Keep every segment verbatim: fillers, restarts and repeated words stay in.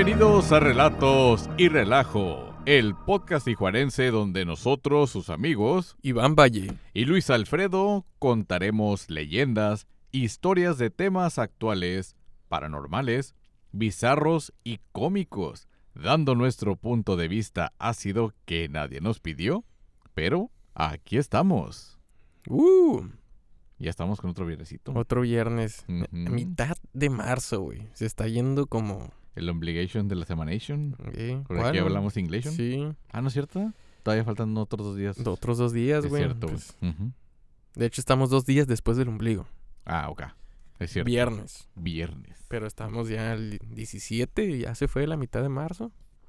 Bienvenidos a Relatos y Relajo, el podcast tijuanense donde nosotros, sus amigos, Iván Valle y Luis Alfredo, contaremos leyendas, historias de temas actuales, paranormales, bizarros y cómicos, dando nuestro punto de vista ácido que nadie nos pidió, pero aquí estamos. Uh, Ya estamos con otro viernesito. otro viernes. Ujú. A mitad de marzo, güey. Se está yendo como... El obligation de la semanation. ¿eh? Por ¿Cuál, aquí güey? hablamos inglés. Sí, Ah, ¿no es cierto? Todavía faltan otros dos días. otros dos días, Es güey. cierto, güey. Pues, Ujú. de hecho, estamos dos días después del ombligo. Ah, ok. Es cierto. Viernes. Viernes. Pero estamos ya el diecisiete y ya se fue la mitad de marzo.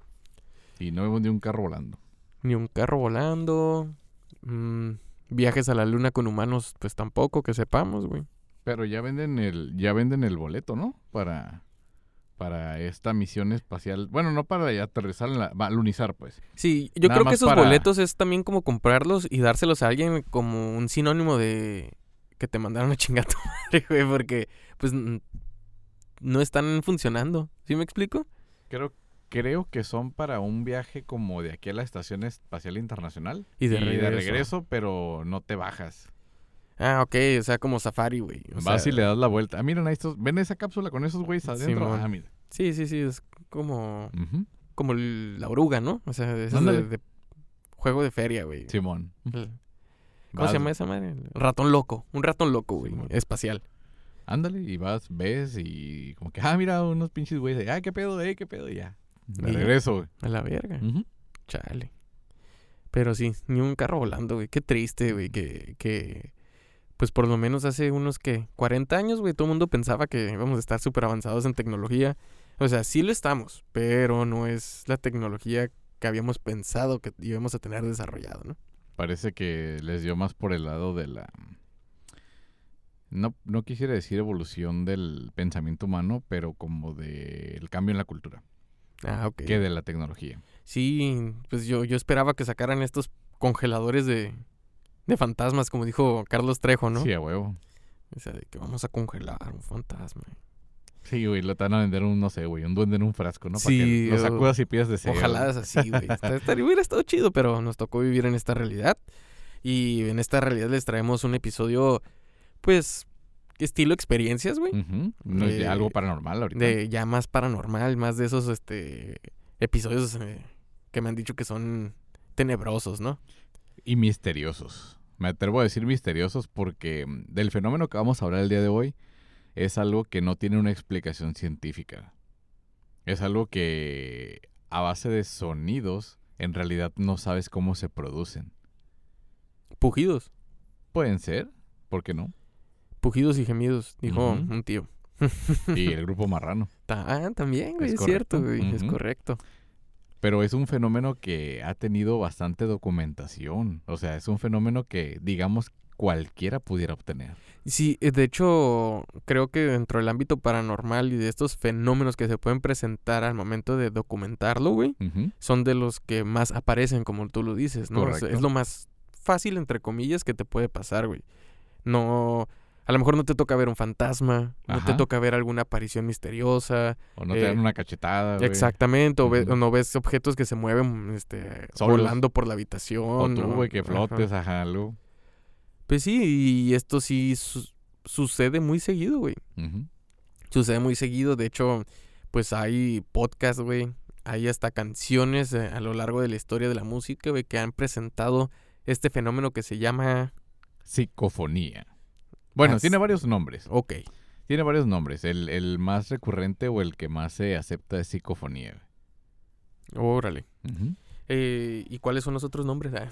Y no vemos ni un carro volando. Ni un carro volando. mm, viajes a la luna con humanos, pues tampoco, que sepamos, güey. Pero ya venden el, ya venden el boleto, ¿no? Para, para esta misión espacial. Bueno, no para aterrizar en la, va, lunizar, pues. Sí, yo Nada creo más que esos para- boletos es también como comprarlos y dárselos a alguien como un sinónimo de que te mandaron a chingar a tu madre, güey, porque pues n- no están funcionando. ¿Sí me explico? Creo, creo que son para un viaje como de aquí a la Estación Espacial Internacional. Y de regreso. regreso, pero no te bajas. Ah, ok, o sea, como safari, güey. o Vas sea, y le das la vuelta. Ah, miren, ahí estos, ven esa cápsula con esos güeyes adentro. Simón. Ah, mira. Sí, sí, sí, es como Ujú. como el- la oruga, ¿no? O sea, eso es Ándale. de, de juego de feria, güey. Simón. El- ¿Cómo Vas- se llama esa madre? El ratón loco, un ratón loco, güey, Simón. espacial. Ándale, y vas, ves, y como que, ah, mira, unos pinches güeyes. Ah, qué pedo, eh, qué pedo, y ya. De Y ya. regreso, güey. A la verga. Ujú. Chale. Pero sí, ni un carro volando, güey. Qué triste, güey, que, que... Pues por lo menos hace unos, que cuarenta años, güey, todo el mundo pensaba que íbamos a estar súper avanzados en tecnología. O sea, sí lo estamos, pero no es la tecnología que habíamos pensado que íbamos a tener desarrollado, ¿no? Parece que les dio más por el lado de la... No, no quisiera decir evolución del pensamiento humano, pero como del cambio en la cultura, Ah, ok. que de la tecnología. Sí, pues yo, yo esperaba que sacaran estos congeladores de, de fantasmas, como dijo Carlos Trejo, ¿no? Sí, a huevo. O sea, de que vamos a congelar un fantasma. Sí, güey, lo te van a vender un, no sé, güey, un duende en un frasco, ¿no? Sí, Para que lo o- sacudas y pidas deseo. Ojalá es así, güey. Está- está- Hubiera estado chido, pero nos tocó vivir en esta realidad. Y en esta realidad les traemos un episodio, pues, estilo experiencias, güey. Ujú. No es Eh, algo paranormal ahorita. De ya más paranormal, más de esos este episodios eh, que me han dicho que son tenebrosos, ¿no? Y misteriosos. Me atrevo a decir misteriosos porque mm, del fenómeno que vamos a hablar el día de hoy es algo que no tiene una explicación científica. Es algo que a base de sonidos en realidad no sabes cómo se producen. Pujidos. Pueden ser, ¿por qué no? Pujidos y gemidos, dijo Ujú. un tío. Y el grupo marrano. Ta- Ah, también, güey, Es es, cierto, correcto. güey, es Ujú. correcto. Pero es un fenómeno que ha tenido bastante documentación. O sea, es un fenómeno que, digamos, cualquiera pudiera obtener. Sí, eh, de hecho, creo que dentro del ámbito paranormal y de estos fenómenos que se pueden presentar al momento de documentarlo, güey, Ujú. son de los que más aparecen, como tú lo dices, ¿no? O sea, Correcto. es lo más fácil, entre comillas, que te puede pasar, güey. No, a lo mejor no te toca ver un fantasma, no te Ajá. toca ver alguna aparición misteriosa. O no te Eh, dan una cachetada, güey. Exactamente, o, ve- Ujú. o no ves objetos que se mueven este, Solos. volando por la habitación. O tú, ¿no? güey, que Ajá. flotes, ajá, algo. Pues sí, y esto sí su- sucede muy seguido, güey. Ujú. Sucede muy seguido. De hecho, pues hay podcasts, güey. Hay hasta canciones eh, a lo largo de la historia de la música, güey, que han presentado este fenómeno que se llama... Psicofonía. Bueno, Ah, tiene sí. varios nombres. Ok. Tiene varios nombres. El, el más recurrente o el que más se acepta es psicofonía. Órale. Ujú. Eh, ¿Y cuáles son los otros nombres? Ah,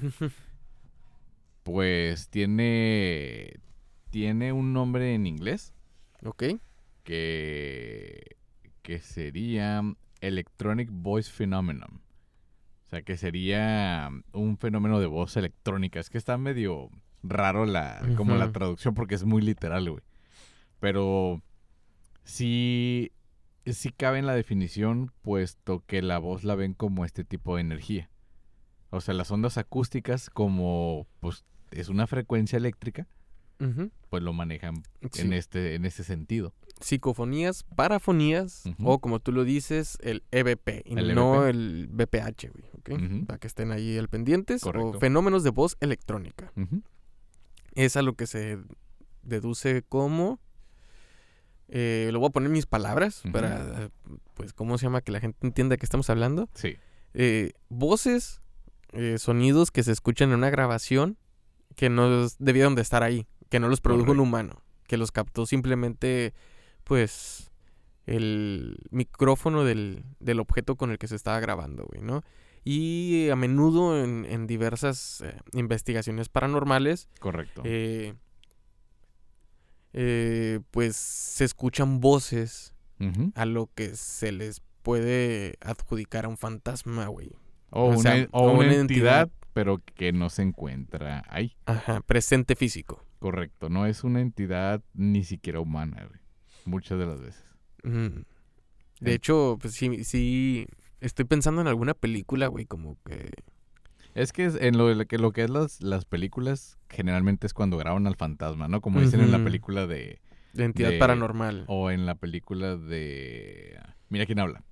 Pues tiene... Tiene un nombre en inglés ok. que... que sería Electronic Voice Phenomenon. O sea, que sería un fenómeno de voz electrónica. Es que está medio raro la, como la Ujú. traducción porque es muy literal, güey. Pero sí, sí cabe en la definición, puesto que la voz la ven como este tipo de energía. O sea, las ondas acústicas como, pues, es una frecuencia eléctrica, Ujú. pues lo manejan Sí. en este en este sentido. Psicofonías, parafonías, Ujú. o como tú lo dices, el E V P, y El no E V P. el B P H, güey, ¿ok? Ujú. Para que estén ahí al pendientes. O Correcto. fenómenos de voz electrónica. Ujú. Es a lo que se deduce como... Eh, lo voy a poner en mis palabras Ujú. para, pues, ¿cómo se llama? Que la gente entienda de qué estamos hablando. Sí. Eh, voces, eh, sonidos que se escuchan en una grabación que no debieron de estar ahí, que no los produjo Correcto. un humano, que los captó simplemente, pues, el micrófono del, del objeto con el que se estaba grabando, güey, ¿no? Y a menudo en, en diversas eh, investigaciones paranormales, Correcto. eh, eh, pues se escuchan voces Ujú. a lo que se les puede adjudicar a un fantasma, güey. O, o una, sea, o o una una entidad, entidad. pero que no se encuentra ahí. Ajá, presente físico. Correcto. No es una entidad ni siquiera humana, güey. Muchas de las veces. Mm. De En- hecho, pues sí, sí, estoy pensando en alguna película, güey, como que... Es que es- en lo, de que lo que es las, las películas, generalmente es cuando graban al fantasma, ¿no? Como dicen en la Ujú. película de... De entidad de- paranormal. O en la película de... Mira quién habla.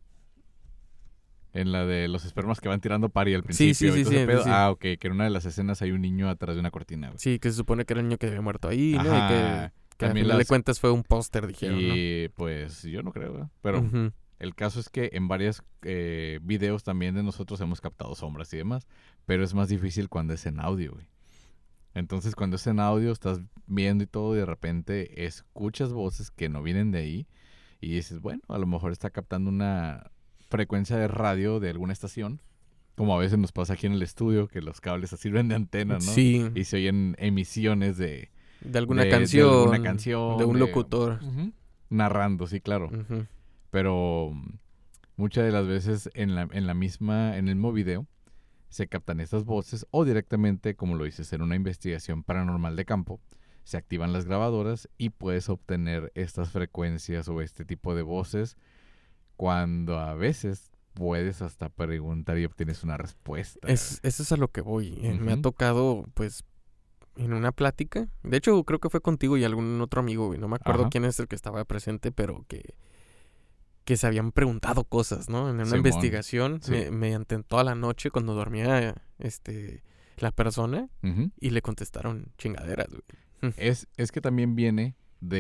En la de los espermas que van tirando pari al Sí, sí, principio. sí, y todo ese sí, pedo. sí. Ah, ok. Que en una de las escenas hay un niño atrás de una cortina, güey. Sí, que se supone que era el niño que había muerto ahí, ¿no? Y Ajá. que, que al También final de las- cuentas fue un póster, dijeron, Y pues yo no creo, ¿verdad? ¿no? Pero Ujú. el caso es que en varios eh, videos también de nosotros hemos captado sombras y demás. Pero es más difícil cuando es en audio, güey. Entonces cuando es en audio estás viendo y todo y de repente escuchas voces que no vienen de ahí. Y dices, bueno, a lo mejor está captando una frecuencia de radio de alguna estación. Como a veces nos pasa aquí en el estudio, que los cables sirven de antena, ¿no? Sí, Y se oyen emisiones de, de alguna de- de canción. alguna canción, De un de- locutor. Ujú. Narrando, sí, claro. Ujú. Pero mm, muchas de las veces en la, en la misma, en el mismo video, se captan estas voces o directamente, como lo dices, en una investigación paranormal de campo, se activan las grabadoras y puedes obtener estas frecuencias o este tipo de voces cuando a veces puedes hasta preguntar y obtienes una respuesta. Es, eso es a lo que voy. Eh, Me ha Ujú. tocado, pues, en una plática. De hecho, creo que fue contigo y algún otro amigo, güey. No me acuerdo Ajá. quién es el que estaba presente, pero que, que se habían preguntado cosas, ¿no? En una Simón. investigación, Sí. me, mediante toda la noche, cuando dormía este la persona, Ujú. y le contestaron chingaderas, güey. Es, es que también viene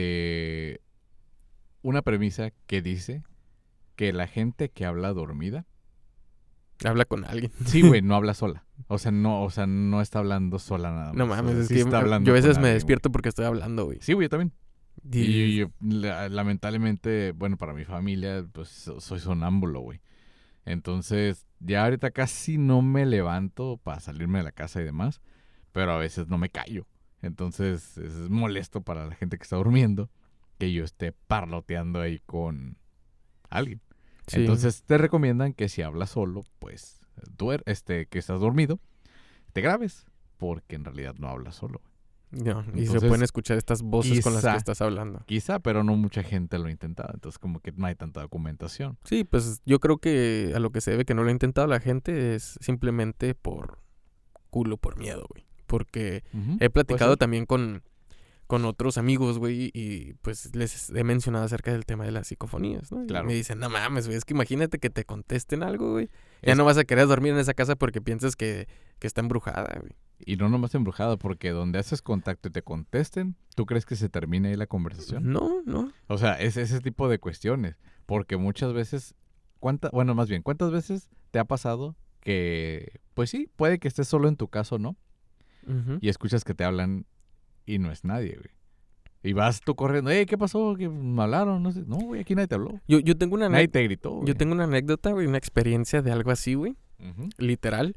de una premisa que dice que la gente que habla dormida, Habla con alguien. sí, güey, no habla sola. O sea, no, o sea, no está hablando sola nada más. No O mames, sea, es sí que está yo hablando a veces con me alguien, despierto porque estoy hablando, güey. güey. Sí, güey, yo también. Y- Y la- lamentablemente, bueno, para mi familia, pues so- soy sonámbulo, güey. Entonces, ya ahorita casi no me levanto para salirme de la casa y demás, pero a veces no me callo. Entonces, es molesto para la gente que está durmiendo que yo esté parloteando ahí con alguien. sí. Entonces, te recomiendan que si hablas solo, pues, duer este, que estás dormido, te grabes, porque en realidad no hablas solo. No, y se Entonces, pueden escuchar estas voces con las quizá- que estás hablando. Quizá, pero no mucha gente lo ha intentado. Entonces, como que no hay tanta documentación. Sí, pues yo creo que a lo que se debe que no lo ha intentado la gente es simplemente por culo, por miedo, güey. Porque Ujú, he puede platicado ser. también con, con otros amigos, güey, y pues les he mencionado acerca del tema de las psicofonías, ¿no? Y Claro. me dicen, no mames, güey, es que imagínate que te contesten algo, güey. Ya Es- no vas a querer dormir en esa casa porque piensas que, que está embrujada, güey. Y no nomás embrujada, porque donde haces contacto y te contesten, ¿tú crees que se termine ahí la conversación? No, no. O sea, es ese tipo de cuestiones. Porque muchas veces, ¿cuánta, bueno, más bien, ¿cuántas veces te ha pasado que, pues sí, puede que estés solo en tu casa, ¿no? Ujú. Y escuchas que te hablan y no es nadie, güey. Y vas tú corriendo, hey, ¿qué pasó? ¿Qué me hablaron? No sé. No, güey, aquí nadie te habló. Yo, yo tengo una Nadie ane- te gritó, güey. yo tengo una anécdota, güey, una experiencia de algo así, güey. Ujú. Literal.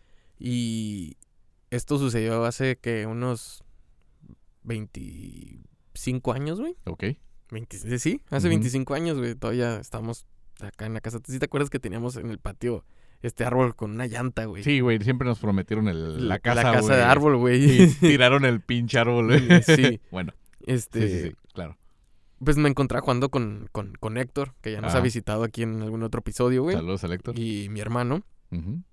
Y esto sucedió hace que unos veinticinco años, güey. Ok. veinte, sí, hace Ujú. veinticinco años, güey. Todavía estamos acá en la casa. ¿Sí te acuerdas que teníamos en el patio este árbol con una llanta, güey? Sí, güey, siempre nos prometieron el, la casa, La casa güey. de árbol, güey. Y tiraron el pinche árbol, güey. Sí. Bueno, Este, sí, sí, sí, claro. pues me encontré jugando con, con, con Héctor, que ya nos ha Ajá. visitado aquí en algún otro episodio, güey. Saludos a Héctor. Y mi hermano. Ujú.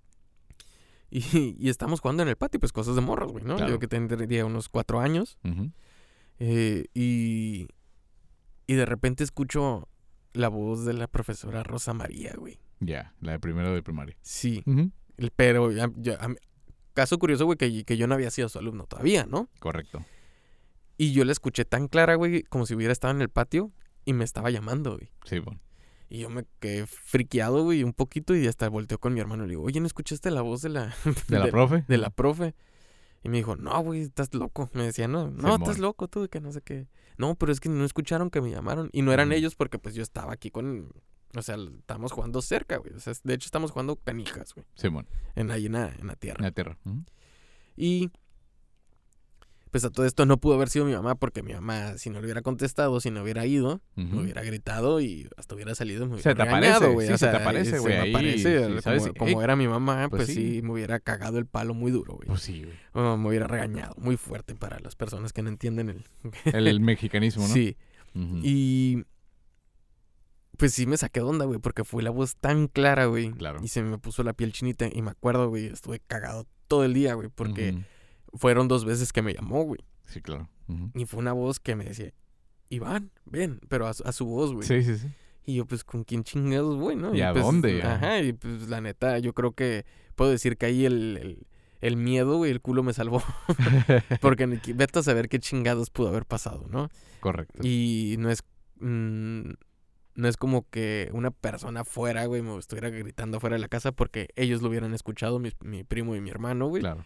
Y, y estamos jugando en el patio, pues cosas de morros, güey, ¿no? Claro. Yo que tendría unos cuatro años. Ujú. Eh, y, y de repente escucho la voz de la profesora Rosa María, güey. Ya, la de primero de primaria. Sí, Ujú. el- pero ya, ya- a mí- caso curioso, güey, que, que yo no había sido su alumno todavía, ¿no? Correcto. Y yo la escuché tan clara, güey, como si hubiera estado en el patio y me estaba llamando, güey. Sí, bueno. Y yo me quedé friqueado, güey, un poquito y hasta volteó con mi hermano y le digo, oye, ¿no escuchaste la voz de la... ¿De la profe? De la profe? Y me dijo, no, güey, estás loco. Me decía, no, no, Simón. estás loco tú, que no sé qué. No, pero es que no escucharon que me llamaron. Y no eran Ujú. ellos porque pues yo estaba aquí con... O sea, estábamos jugando cerca, güey. O sea, de hecho estamos jugando canijas, güey. Sí, bueno. En ahí en la, en la En tierra. la tierra. Ujú. Y pues a todo esto no pudo haber sido mi mamá porque mi mamá, si no le hubiera contestado, si no hubiera ido, Ujú. me hubiera gritado y hasta hubiera salido y me Se hubiera te regañado, aparece, güey. sí, O se te sea, aparece, se güey, me ahí, aparece, sí, como, ¿sabes? como Ey, era mi mamá, pues pues, sí. sí, me hubiera cagado el palo muy duro, güey. Pues sí, güey. O me hubiera regañado muy fuerte para las personas que no entienden el... El, el mexicanismo, ¿no? Sí. Ujú. Y pues sí me saqué de onda, güey, porque fue la voz tan clara, güey. Claro. Y se me puso la piel chinita y me acuerdo, güey, estuve cagado todo el día, güey, porque Ujú. fueron dos veces que me llamó, güey. Sí, claro. Ujú. Y fue una voz que me decía, Iván, ven, pero a, su- a su voz, güey. Sí, sí, sí. Y yo, pues, ¿con quién chingados voy, no? ¿Y a pues, dónde? Ajá, y pues, la neta, yo creo que puedo decir que ahí el, el, el miedo, güey, el culo me salvó. Porque ni que- vete a saber qué chingados pudo haber pasado, ¿no? Correcto. Y no es... mm, no es como que una persona afuera, güey, me estuviera gritando afuera de la casa porque ellos lo hubieran escuchado, mi, mi primo y mi hermano, güey. Claro.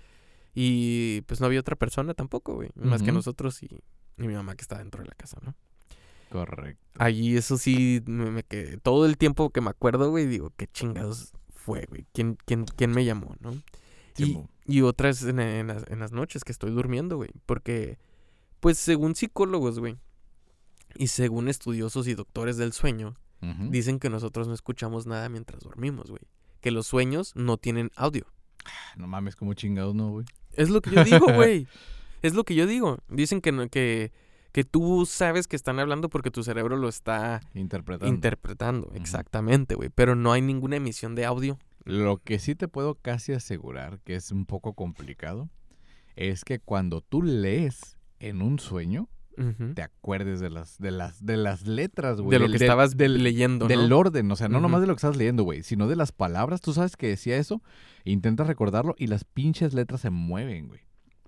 Y pues no había otra persona tampoco, güey. Más que Ujú. nosotros y, y mi mamá que estaba dentro de la casa, ¿no? Correcto. Allí eso sí, me, me quedé... Todo el tiempo que me acuerdo, güey, digo, ¿qué chingados fue, güey? ¿Quién, quién, quién me llamó, no? Sí, Y, mo. y otras en, en las, en las noches que estoy durmiendo, güey. Porque, pues según psicólogos, güey, y según estudiosos y doctores del sueño, Ujú. dicen que nosotros no escuchamos nada mientras dormimos, güey. Que los sueños no tienen audio. No mames, como chingados, no, güey. Es lo que yo digo, güey. Es lo que yo digo. Dicen que, no- que, que tú sabes que están hablando porque tu cerebro lo está Interpretando. interpretando. Ujú. Exactamente, güey. Pero no hay ninguna emisión de audio. Lo que sí te puedo casi asegurar, que es un poco complicado, es que cuando tú lees en un sueño, Ujú. te acuerdes de las, de las, de las letras, güey. De lo del- que del- estabas del, leyendo, del ¿no? orden, o sea, no Ujú. nomás de lo que estás leyendo, güey, sino de las palabras. Tú sabes que decía eso, intentas recordarlo y las pinches letras se mueven, güey.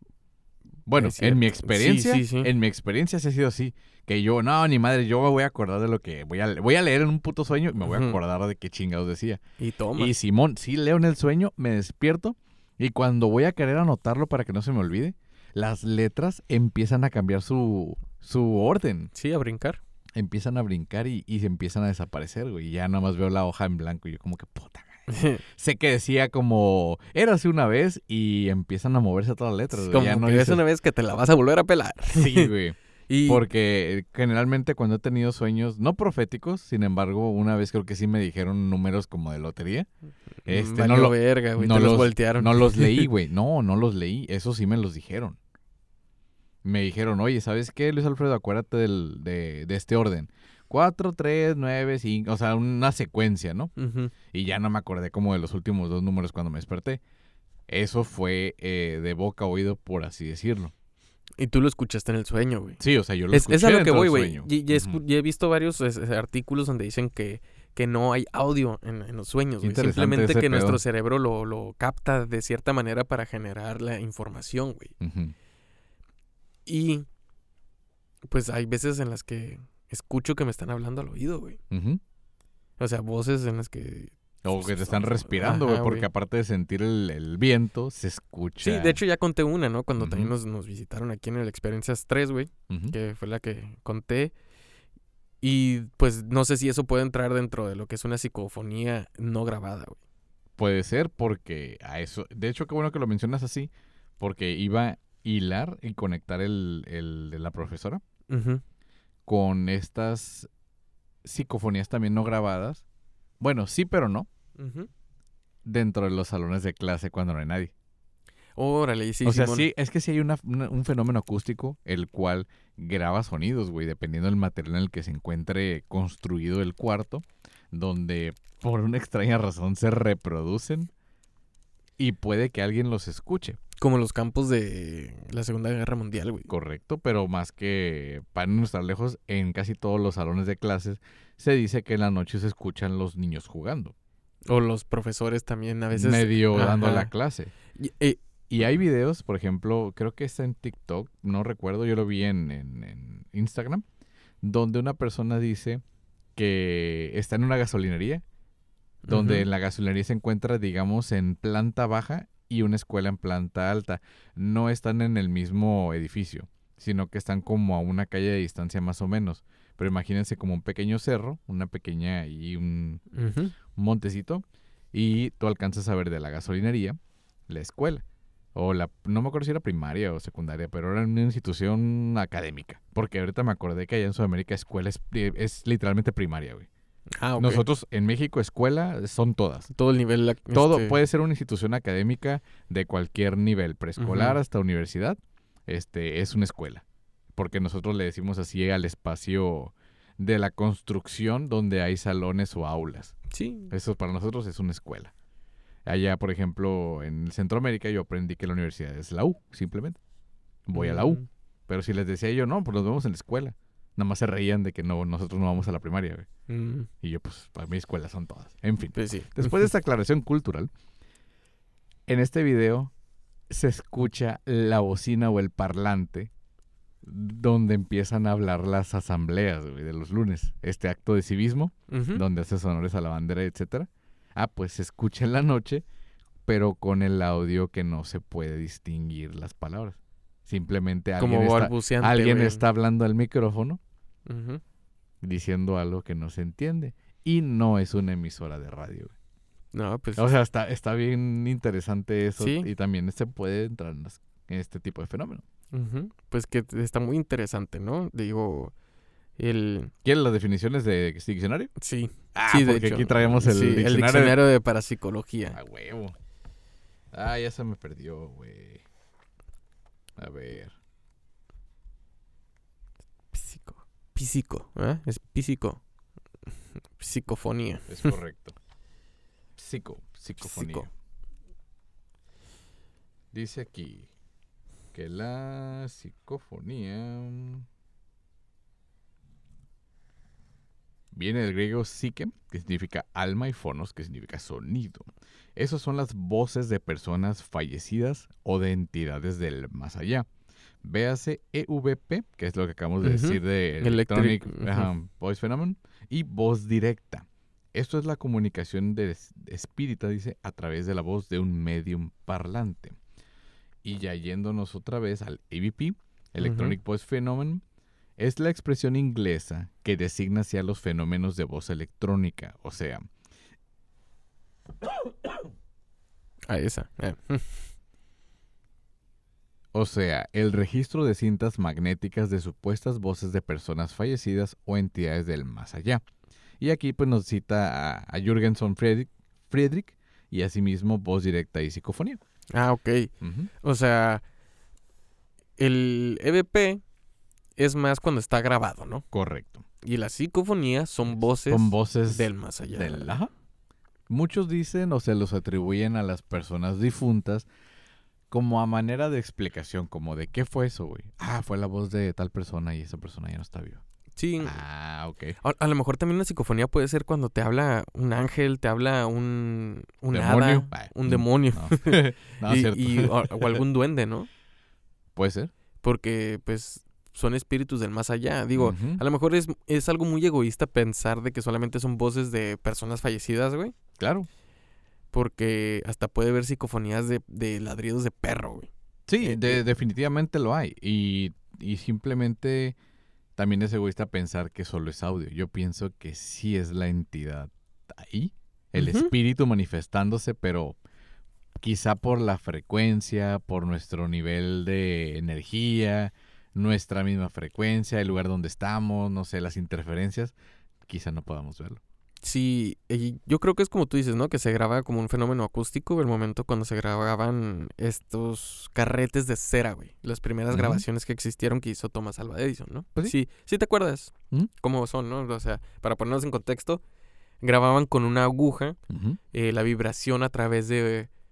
Bueno, Es en mi cierto. experiencia, Sí, sí, sí. en mi experiencia sí ha sido así. Que yo, no, ni madre, yo me voy a acordar de lo que voy a, voy a leer en un puto sueño y me voy a Ujú. acordar de qué chingados decía. Y toma. Y Simón, sí leo en el sueño, me despierto y cuando voy a querer anotarlo para que no se me olvide, las letras empiezan a cambiar su, su orden. Sí, a brincar. Empiezan a brincar y, y se empiezan a desaparecer, güey. Y ya nada más veo la hoja en blanco y yo como que puta madre. Sé que decía como, érase una vez y empiezan a moverse todas las letras, güey. Como Ya no que es dices- una vez que te la vas a volver a pelar. Sí, güey. Y Porque generalmente cuando he tenido sueños, no proféticos, sin embargo, una vez creo que sí me dijeron números como de lotería. Este, valió no lo- verga, güey. no te los, los- voltearon. No los leí, güey. No, no los leí. Eso sí me los dijeron. Me dijeron, oye, ¿sabes qué, Luis Alfredo? Acuérdate del, de, de este orden. Cuatro, tres, nueve, cinco. O sea, una secuencia, ¿no? Ujú. Y ya no me acordé como de los últimos dos números cuando me desperté. Eso fue eh, de boca a oído, por así decirlo. Y tú lo escuchaste en el sueño, güey. Sí, o sea, yo lo Es, escuché es a lo que dentro voy, del güey. sueño. Y, y escu- Ujú. y he visto varios es, es, artículos donde dicen que, que no hay audio en, en los sueños, güey. Interesante Simplemente ese que pedo. nuestro cerebro lo, lo capta de cierta manera para generar la información, güey. Ujú. Y pues hay veces en las que escucho que me están hablando al oído, güey. Ujú. O sea, voces en las que... O que te están respirando, güey, Ajá, porque güey. aparte de sentir el, el viento, se escucha. Sí, de hecho ya conté una, ¿no? Cuando también Ujú. nos, nos visitaron aquí en el Experiencias tres, güey. Ujú. Que fue la que conté. Y pues no sé si eso puede entrar dentro de lo que es una psicofonía no grabada, güey. Puede ser porque a eso... De hecho, qué bueno que lo mencionas así, porque iba a hilar y conectar el, el de la profesora Ujú. con estas psicofonías también no grabadas. Bueno, sí, pero no. Ujú. Dentro de los salones de clase cuando no hay nadie. Órale, y sí, o sea, Simón. sí, es que sí hay una- una- un fenómeno acústico el cual graba sonidos, güey, dependiendo del material en el que se encuentre construido el cuarto, donde por una extraña razón se reproducen y puede que alguien los escuche. Como los campos de la Segunda Guerra Mundial, güey. Correcto, pero más que para no estar lejos, en casi todos los salones de clases se dice que en la noche se escuchan los niños jugando. O los profesores también a veces... Medio Ajá. dando la clase. Y, eh, Y hay videos, por ejemplo, creo que está en TikTok, no recuerdo, yo lo vi en, en, en Instagram, donde una persona dice que está en una gasolinería, donde Ujú. en la gasolinería se encuentra, digamos, en planta baja y una escuela en planta alta. No están en el mismo edificio, sino que están como a una calle de distancia más o menos. Pero imagínense como un pequeño cerro, una pequeña y un, Ujú. un montecito, y tú alcanzas a ver de la gasolinería la escuela. O la, no me acuerdo si era primaria o secundaria, pero era una institución académica. Porque ahorita me acordé que allá en Sudamérica escuela es, es literalmente primaria, güey. Ah, ok. Nosotros en México escuela son todas. Todo el nivel... la- Todo este, puede ser una institución académica de cualquier nivel, preescolar Ujú. hasta universidad. Este es una escuela. Porque nosotros le decimos así al espacio de la construcción donde hay salones o aulas. Sí. Eso para nosotros es una escuela. Allá, por ejemplo, en Centroamérica yo aprendí que la universidad es la U, simplemente. Voy a la U. Mm. Pero si les decía yo, no, pues nos vemos en la escuela. Nada más se reían de que no, nosotros no vamos a la primaria, güey. Mm. Y yo, pues, para mí escuelas son todas. En fin. Pues sí. Después de esta aclaración cultural, en este video se escucha la bocina o el parlante donde empiezan a hablar las asambleas, güey, de los lunes. Este acto de civismo, Ujú. donde haces honores a la bandera, etcétera. Ah, pues se escucha en la noche, pero con el audio que no se puede distinguir las palabras. Simplemente alguien, Como está, balbuceante, alguien güey. está hablando al micrófono Ujú. diciendo algo que no se entiende. Y no es una emisora de radio, güey. No, pues... O sea, está, está bien interesante eso. Sí. Y también se puede entrar en, las- en este tipo de fenómeno. Ujú. Pues que está muy interesante, ¿no? Digo, el... ¿Quieres las definiciones de diccionario? Sí. Ah, Sí, de porque hecho. aquí traemos el Sí, diccionario. el de- diccionario de parapsicología. A huevo. Ah, ya se me perdió, güey. A ver. Psico. Psico, ¿eh? Es psico. Psicofonía. Es correcto. Psico, psicofonía. Psico. Dice aquí que la psicofonía viene del griego psique, que significa alma, y fonos, que significa sonido. Esas son las voces de personas fallecidas o de entidades del más allá. Véase E V P, que es lo que acabamos de Ujú. decir de Electric, Electronic ujú. ajá, Voice Phenomenon, y voz directa. Esto es la comunicación de es- espírita, dice, a través de la voz de un medium parlante. Y ya yéndonos otra vez al E V P, Electronic Voice Phenomenon, es la expresión inglesa que designa hacia los fenómenos de voz electrónica, o sea, Ah, esa. eh. o sea, el registro de cintas magnéticas de supuestas voces de personas fallecidas o entidades del más allá. Y aquí pues nos cita a, a Jürgenson Friedrich, Friedrich y asimismo voz directa y psicofonía. Ah, ok. Ujú. O sea, el E V P es más cuando está grabado, ¿no? Correcto. Y las psicofonías son voces Son voces del más allá. del... Ajá. Muchos dicen o se los atribuyen a las personas difuntas como a manera de explicación, como de ¿qué fue eso, güey? Ah, fue la voz de tal persona y esa persona ya no está viva. Sí. Ah, ok. A, a lo mejor también una psicofonía puede ser cuando te habla un ángel, te habla un, un ¿Demonio? hada, Ah, un mm, demonio. No, no y, cierto. y- o, o algún duende, ¿no? Puede ser. Porque, pues, son espíritus del más allá. Digo, Ujú. a lo mejor es, es algo muy egoísta pensar de que solamente son voces de personas fallecidas, güey. Claro. Porque hasta puede haber psicofonías de, de ladridos de perro, güey. Sí, Eh, de- eh. definitivamente lo hay. Y, y simplemente también es egoísta pensar que solo es audio. Yo pienso que sí es la entidad ahí, el Ujú. espíritu manifestándose, pero quizá por la frecuencia, por nuestro nivel de energía, nuestra misma frecuencia, el lugar donde estamos, no sé, las interferencias, quizá no podamos verlo. Sí, y yo creo que es como tú dices, ¿no? Que se graba como un fenómeno acústico el momento cuando se grababan estos carretes de cera, güey. Las primeras Ujú. grabaciones que existieron que hizo Thomas Alva Edison, ¿no? Pues sí. sí, te acuerdas Ujú. cómo son, ¿no? O sea, para ponernos en contexto, grababan con una aguja Ujú. eh, la vibración a través de,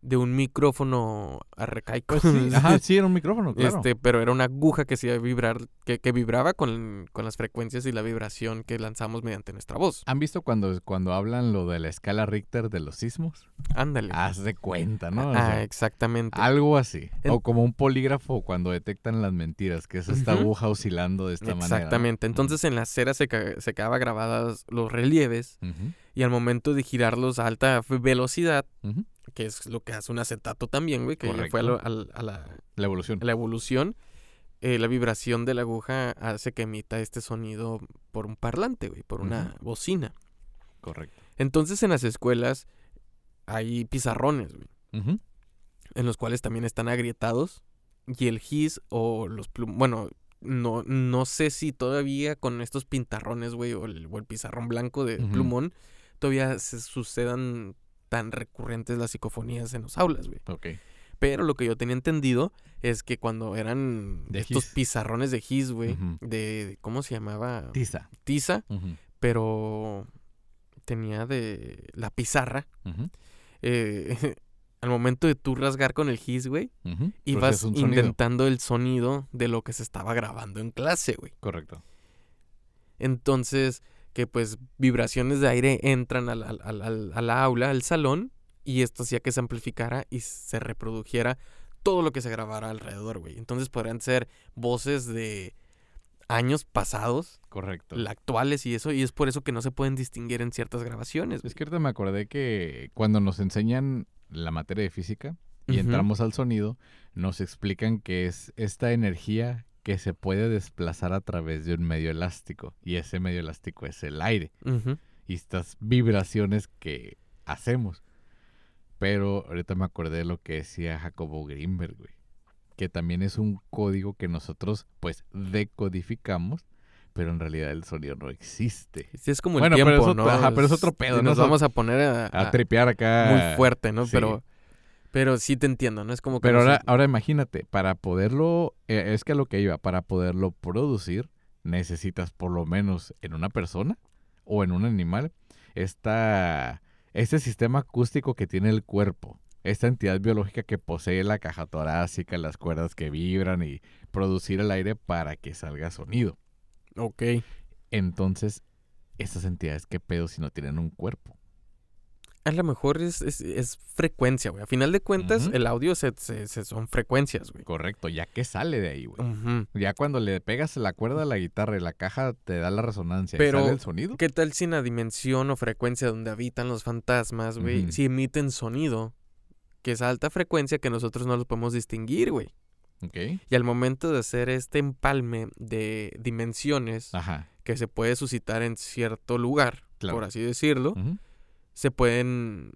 de un micrófono arcaico. Pues sí, ajá, sí, era un micrófono, claro. Este, pero era una aguja que se iba a vibrar, que, que vibraba con, con las frecuencias y la vibración que lanzamos mediante nuestra voz. ¿Han visto cuando, cuando hablan lo de la escala Richter de los sismos? Ándale. Haz de cuenta, ¿no? O Ah, sea, exactamente. algo así. En- O como un polígrafo cuando detectan las mentiras, que es esta Ujú. aguja oscilando de esta manera. Exactamente. ¿no? Entonces en la cera se, ca- se quedaban grabadas los relieves Ujú, y al momento de girarlos a alta f- velocidad, ujú. que es lo que hace un acetato también, güey, que ya fue a, Correcto. lo- al- a la, La evolución. a la evolución, eh, la vibración de la aguja hace que emita este sonido por un parlante, güey, por una bocina. Correcto. Entonces en las escuelas hay pizarrones, güey, Ujú. en los cuales también están agrietados y el gis o los plum... Bueno, no, no sé si todavía con estos pintarrones, güey, o el, o el pizarrón blanco de Ujú. plumón, todavía se sucedan tan recurrentes las psicofonías en los aulas, güey. Ok. Pero lo que yo tenía entendido es que cuando eran De estos gis. pizarrones de gis, güey, Ujú. de, ¿cómo se llamaba? Tiza. Tiza, Ujú, pero tenía de la pizarra. ujú, eh, al momento de tú rasgar con el gis, güey, ujú. ibas Pues es un sonido. intentando el sonido de lo que se estaba grabando en clase, güey. Correcto. Entonces, que pues vibraciones de aire entran al, al, al, al, al aula, al salón, y esto hacía que se amplificara y se reprodujera todo lo que se grabara alrededor, güey. Entonces podrían ser voces de años pasados, Correcto. la actuales y eso, y es por eso que no se pueden distinguir en ciertas grabaciones. Es que ahorita me acordé que cuando nos enseñan la materia de física y Ujú. entramos al sonido, nos explican que es esta energía que se puede desplazar a través de un medio elástico. Y ese medio elástico es el aire. Ujú. Y estas vibraciones que hacemos. Pero ahorita me acordé de lo que decía Jacobo Greenberg, güey. Que también es un código que nosotros, pues, decodificamos. Pero en realidad el sonido no existe. Sí, es como Bueno, el pero tiempo, es otro- ¿no? ajá, pero es otro pedo, Y ¿no? Nos O sea, vamos a poner a, A a- tripear acá. muy fuerte, ¿no? sí. Pero, pero sí te entiendo, ¿no? Es como que Pero nos- ahora, ahora imagínate, para poderlo, eh, es que a lo que iba, para poderlo producir, necesitas por lo menos en una persona o en un animal, esta, este sistema acústico que tiene el cuerpo, esta entidad biológica que posee la caja torácica, las cuerdas que vibran y producir el aire para que salga sonido. Ok. Entonces, estas entidades, ¿qué pedo si no tienen un cuerpo? A lo mejor es, es, es frecuencia, güey. A final de cuentas, Ujú. el audio se, se- se- son frecuencias, güey. Correcto, ya que sale de ahí, güey. Ujú. Ya cuando le pegas la cuerda a la guitarra y la caja te da la resonancia Pero, y sale el sonido. ¿Qué tal si en la dimensión o frecuencia donde habitan los fantasmas, güey, Ujú. si emiten sonido, que es alta frecuencia que nosotros no los podemos distinguir, güey? Ok. Y al momento de hacer este empalme de dimensiones Ajá. que se puede suscitar en cierto lugar, Claro. por así decirlo, Ujú. se pueden...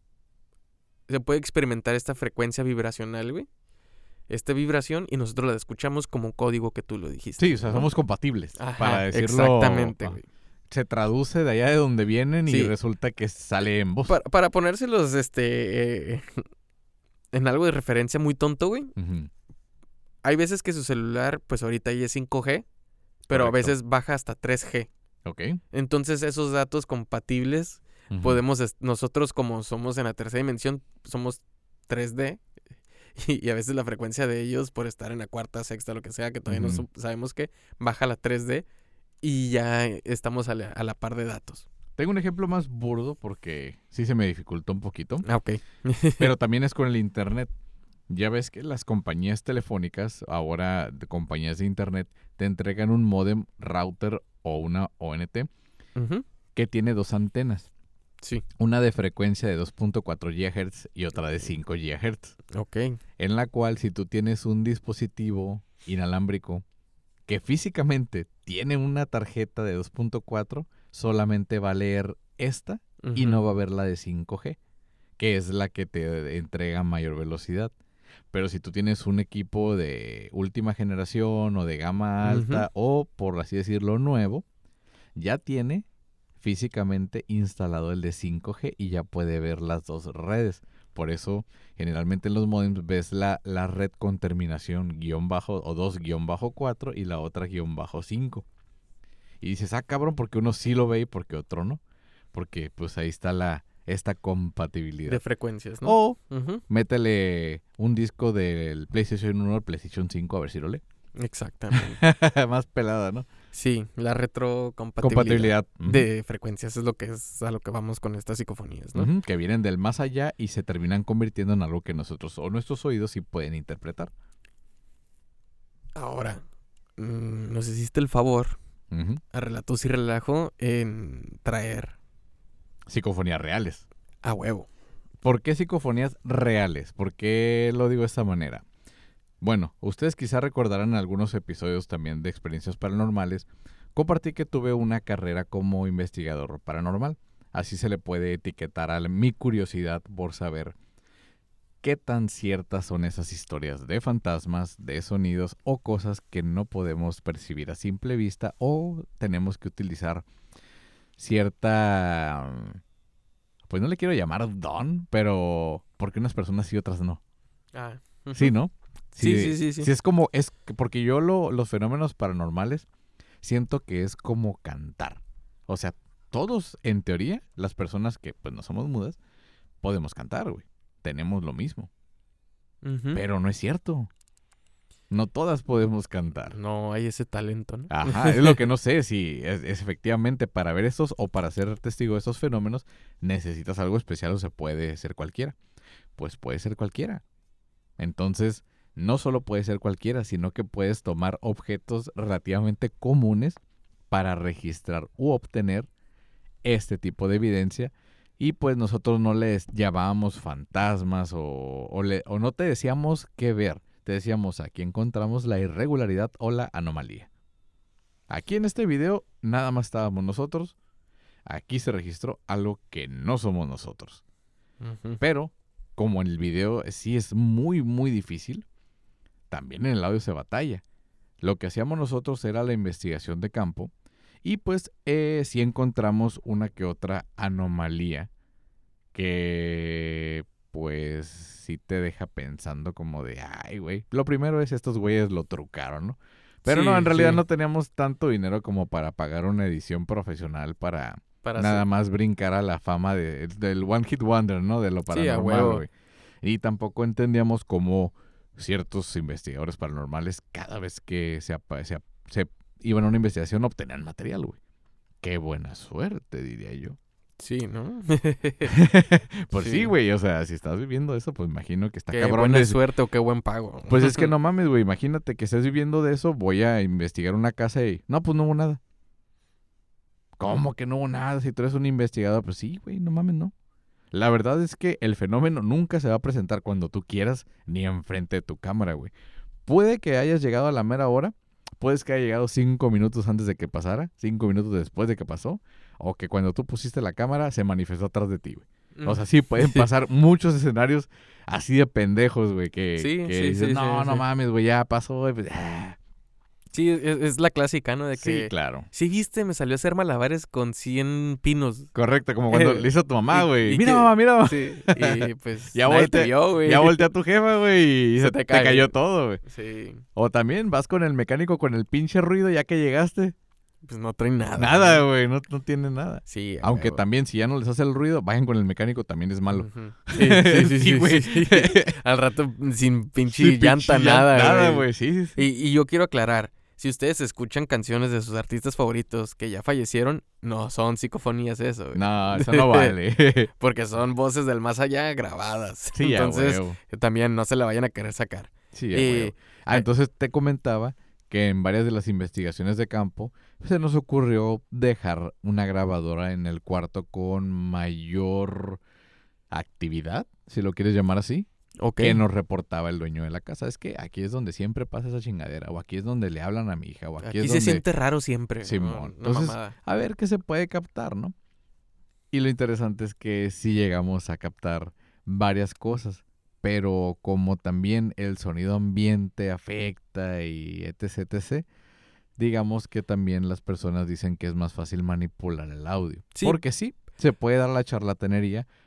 Se puede experimentar esta frecuencia vibracional, güey. Esta vibración y nosotros la escuchamos como un código que tú lo dijiste. Sí, o sea, ¿no? somos compatibles. Ajá, para decirlo. exactamente, ah, güey. Se traduce de allá de donde vienen y Sí. resulta que sale en voz. Para, para ponérselos, este... eh, en algo de referencia muy tonto, güey. Ujú. Hay veces que su celular, pues ahorita ya es cinco G, pero a Correcto. veces baja hasta tres G. Ok. Entonces esos datos compatibles Ujú. podemos, es- nosotros como somos en la tercera dimensión, somos tres D y, y a veces la frecuencia de ellos por estar en la cuarta, sexta, lo que sea, que todavía no Ujú. sup- sabemos que baja a la tres D y ya estamos a la, a la par de datos. Tengo un ejemplo más burdo porque sí se me dificultó un poquito. Ah, ok. Pero también es con el internet. Ya ves que las compañías telefónicas, ahora de compañías de internet, te entregan un módem router o una O N T Ujú. que tiene dos antenas. Sí, Una de frecuencia de dos punto cuatro gigahertz y otra de cinco gigahertz. ok. En la cual si tú tienes un dispositivo inalámbrico que físicamente tiene una tarjeta de dos punto cuatro, solamente va a leer esta y Ujú. no va a ver la de cinco G, que es la que te entrega mayor velocidad. Pero si tú tienes un equipo de última generación o de gama alta o, por así decirlo, nuevo, ya tiene físicamente instalado el de cinco G y ya puede ver las dos redes. Por eso, generalmente en los modems ves la, la red con terminación guión bajo o dos guión bajo cuatro y la otra guión bajo cinco. Y dices, ah, cabrón, porque uno sí lo ve y porque otro no. Porque pues ahí está la, esta compatibilidad. De frecuencias, ¿no? O Uh-huh. métele un disco del PlayStation uno al PlayStation cinco a ver si lo lee. Exactamente. Más pelada, ¿no? Sí, la retrocompatibilidad Compatibilidad. Uh-huh. de frecuencias es lo que es a lo que vamos con estas psicofonías, ¿no? Uh-huh, que vienen del más allá y se terminan convirtiendo en algo que nosotros o nuestros oídos sí pueden interpretar. Ahora, mmm, nos hiciste el favor, uh-huh. a Relatos y Relajo, en traer psicofonías reales. A huevo. ¿Por qué psicofonías reales? ¿Por qué lo digo de esta manera? Bueno, ustedes quizás recordarán en algunos episodios también de experiencias paranormales. Compartí que tuve una carrera como investigador paranormal. Así se le puede etiquetar a mi curiosidad por saber qué tan ciertas son esas historias de fantasmas, de sonidos o cosas que no podemos percibir a simple vista o tenemos que utilizar cierta... Pues no le quiero llamar don, pero porque unas personas sí y otras no. Ah. Uh-huh. Sí, ¿no? Sí, sí, sí, sí, sí. Sí, es como, es porque yo lo, los fenómenos paranormales siento que es como cantar. O sea, todos, en teoría, las personas que pues no somos mudas, podemos cantar, güey. Tenemos lo mismo. Uh-huh. Pero no es cierto. No todas podemos cantar. No hay ese talento, ¿no? Ajá, es lo que no sé si es, es efectivamente para ver estos o para ser testigo de estos fenómenos necesitas algo especial o se puede ser cualquiera. Pues puede ser cualquiera. Entonces, no solo puede ser cualquiera, sino que puedes tomar objetos relativamente comunes para registrar u obtener este tipo de evidencia. Y pues nosotros no les llamábamos fantasmas o, o, le, o no te decíamos qué ver. Te decíamos, aquí encontramos la irregularidad o la anomalía. Aquí en este video nada más estábamos nosotros. Aquí se registró algo que no somos nosotros. Uh-huh. Pero, como en el video sí es muy, muy difícil, también en el audio se batalla. Lo que hacíamos nosotros era la investigación de campo. Y pues eh, sí encontramos una que otra anomalía que pues sí te deja pensando como de, ay, güey. Lo primero es estos güeyes lo trucaron, ¿no? Pero Sí, no, en realidad sí. no teníamos tanto dinero como para pagar una edición profesional para, Para nada hacer- más brincar a la fama de, del One Hit Wonder, ¿no? De lo Sí, a paranormal, huevo. güey. Y tampoco entendíamos cómo ciertos investigadores paranormales cada vez que se, apa- se, se iban a una investigación obtenían material, güey. Qué buena suerte, diría yo. Sí, ¿no? Pues sí, Sí. güey, o sea, si estás viviendo eso, pues imagino que está Qué cabrón. buena de- suerte o qué buen pago. Pues es que no mames, güey, imagínate que estés viviendo de eso, voy a investigar una casa y... No, pues no hubo nada. ¿Cómo que no hubo nada? Si tú eres un investigador, pues sí, güey, no mames, no. La verdad es que el fenómeno nunca se va a presentar cuando tú quieras ni enfrente de tu cámara, güey. Puede que hayas llegado a la mera hora, puedes que haya llegado cinco minutos antes de que pasara, cinco minutos después de que pasó, o que cuando tú pusiste la cámara se manifestó atrás de ti, güey. Mm. O sea, sí, pueden pasar muchos escenarios así de pendejos, güey, que, Sí, que sí, dices, sí, no, sí, no sí. mames, güey, ya pasó, güey. Pues, ah". Sí, es, es la clásica, ¿no? De Sí, que... claro. Sí, viste, me salió a hacer malabares con cien pinos. Correcto, como cuando Eh, le hizo a tu mamá, y- güey. y Mira, que- mamá, mira, mamá. Sí, y pues Ya nadie te voltea- vio, güey. Ya voltea a tu jefa, güey, y se, Se te, te cae. cayó todo, güey. Sí, O también vas con el mecánico con el pinche ruido ya que llegaste. pues no traen nada. Nada, ¿no? güey, no, no tiene nada. Sí, a Aunque huevo. también si ya no les hace el ruido, vayan con el mecánico, también es malo. Ujú. Sí, sí, sí, sí, güey. sí, sí. Al rato sin pinche Sí, llanta, pinche nada, Nada, güey. güey, sí, sí, sí. Y, y yo quiero aclarar, si ustedes escuchan canciones de sus artistas favoritos que ya fallecieron, no son psicofonías eso, güey. No, eso no vale. Porque son voces del más allá grabadas. Sí, a Entonces, huevo. también no se la vayan a querer sacar. Sí, a Eh, huevo. Ah, entonces te comentaba que en varias de las investigaciones de campo se nos ocurrió dejar una grabadora en el cuarto con mayor actividad, si lo quieres llamar así, Ok. que nos reportaba el dueño de la casa. Es que aquí es donde siempre pasa esa chingadera, o aquí es donde le hablan a mi hija, o aquí, Aquí es se donde... siente raro siempre. ¿no? Simón. Una Entonces, mamada. a ver qué se puede captar, ¿no? Y lo interesante es que sí llegamos a captar varias cosas, pero como también el sonido ambiente afecta y etc, etc, digamos que también las personas dicen que es más fácil manipular el audio. Sí. Porque sí, se puede dar la charlatanería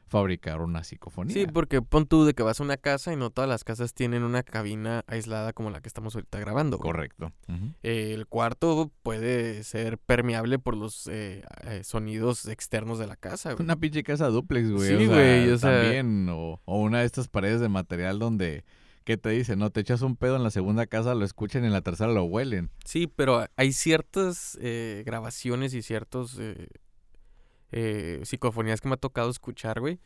fabricar una psicofonía. Sí, porque pon tú de que vas a una casa y no todas las casas tienen una cabina aislada como la que estamos ahorita grabando, güey. Correcto. Uh-huh. Eh, el cuarto puede ser permeable por los eh, eh, sonidos externos de la casa, güey. Una pinche casa duplex, güey. Sí, o sea, güey, o sea- también. O, o una de estas paredes de material donde, ¿qué te dice? No, te echas un pedo en la segunda casa, lo escuchan y en la tercera lo huelen. Sí, pero hay ciertas eh, grabaciones y ciertos eh, eh, psicofonías que me ha tocado escuchar, güey,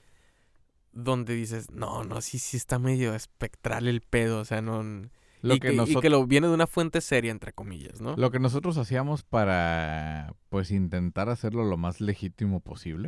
donde dices, no, no, sí, sí está medio espectral el pedo, o sea, no... Lo y, que que, y nosotros... que lo viene de una fuente seria, entre comillas, ¿no? Lo que nosotros hacíamos para, pues, intentar hacerlo lo más legítimo posible,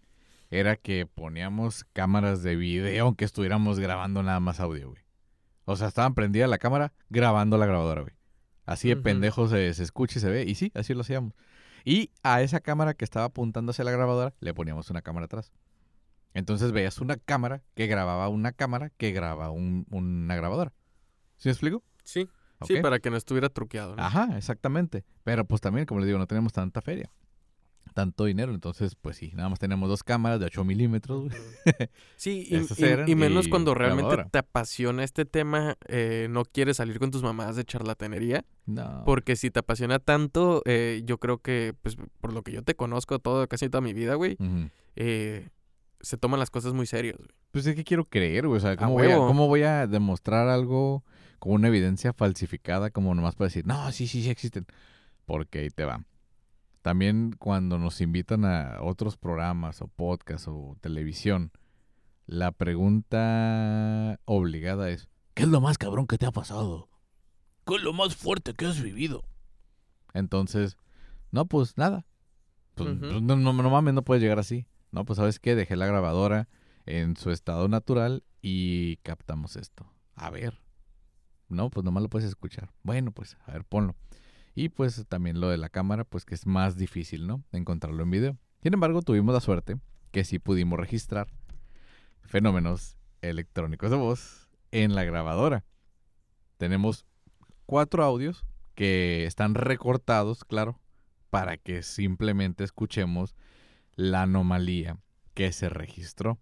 era que poníamos cámaras de video, aunque estuviéramos grabando nada más audio, güey. O sea, estaban prendida la cámara, grabando la grabadora, güey. Así de Ujú. pendejo se, se escucha y se ve, y sí, así lo hacíamos. Y a esa cámara que estaba apuntando hacia la grabadora, le poníamos una cámara atrás. Entonces veías una cámara que grababa una cámara que graba un, una grabadora. ¿Sí me explico? Sí, ¿Ok? sí, para que no estuviera truqueado, ¿no? Ajá, exactamente. Pero pues también, como les digo, no tenemos tanta feria, tanto dinero. Entonces, pues sí, nada más tenemos dos cámaras de ocho milímetros, güey. Ujú. Sí, y, Esas y- eran, y menos y cuando realmente grabadora. te apasiona este tema, eh, no quieres salir con tus mamás de charlatanería, No. porque si te apasiona tanto, eh, yo creo que, pues, por lo que yo te conozco todo, casi toda mi vida, güey, Ujú. eh, se toman las cosas muy serios, güey. Pues es que quiero creer, güey. O sea, A ¿cómo voy a, huevo. ¿cómo voy a demostrar algo con una evidencia falsificada como nomás para decir, no, sí, sí, sí existen? Porque ahí te va. También cuando nos invitan a otros programas o podcasts o televisión, la pregunta obligada es, ¿qué es lo más cabrón que te ha pasado? ¿Qué es lo más fuerte que has vivido? Entonces, no, pues nada. Pues, Ujú. pues, no, no, no mames, no puedes llegar así. No, pues ¿sabes qué? Dejé la grabadora en su estado natural y captamos esto. A ver. No, pues nomás lo puedes escuchar. Bueno, pues, a ver, ponlo. Y pues también lo de la cámara, pues que es más difícil, ¿no? Encontrarlo en video. Sin embargo, tuvimos la suerte que sí pudimos registrar fenómenos electrónicos de voz en la grabadora. Tenemos cuatro audios que están recortados, claro, para que simplemente escuchemos la anomalía que se registró.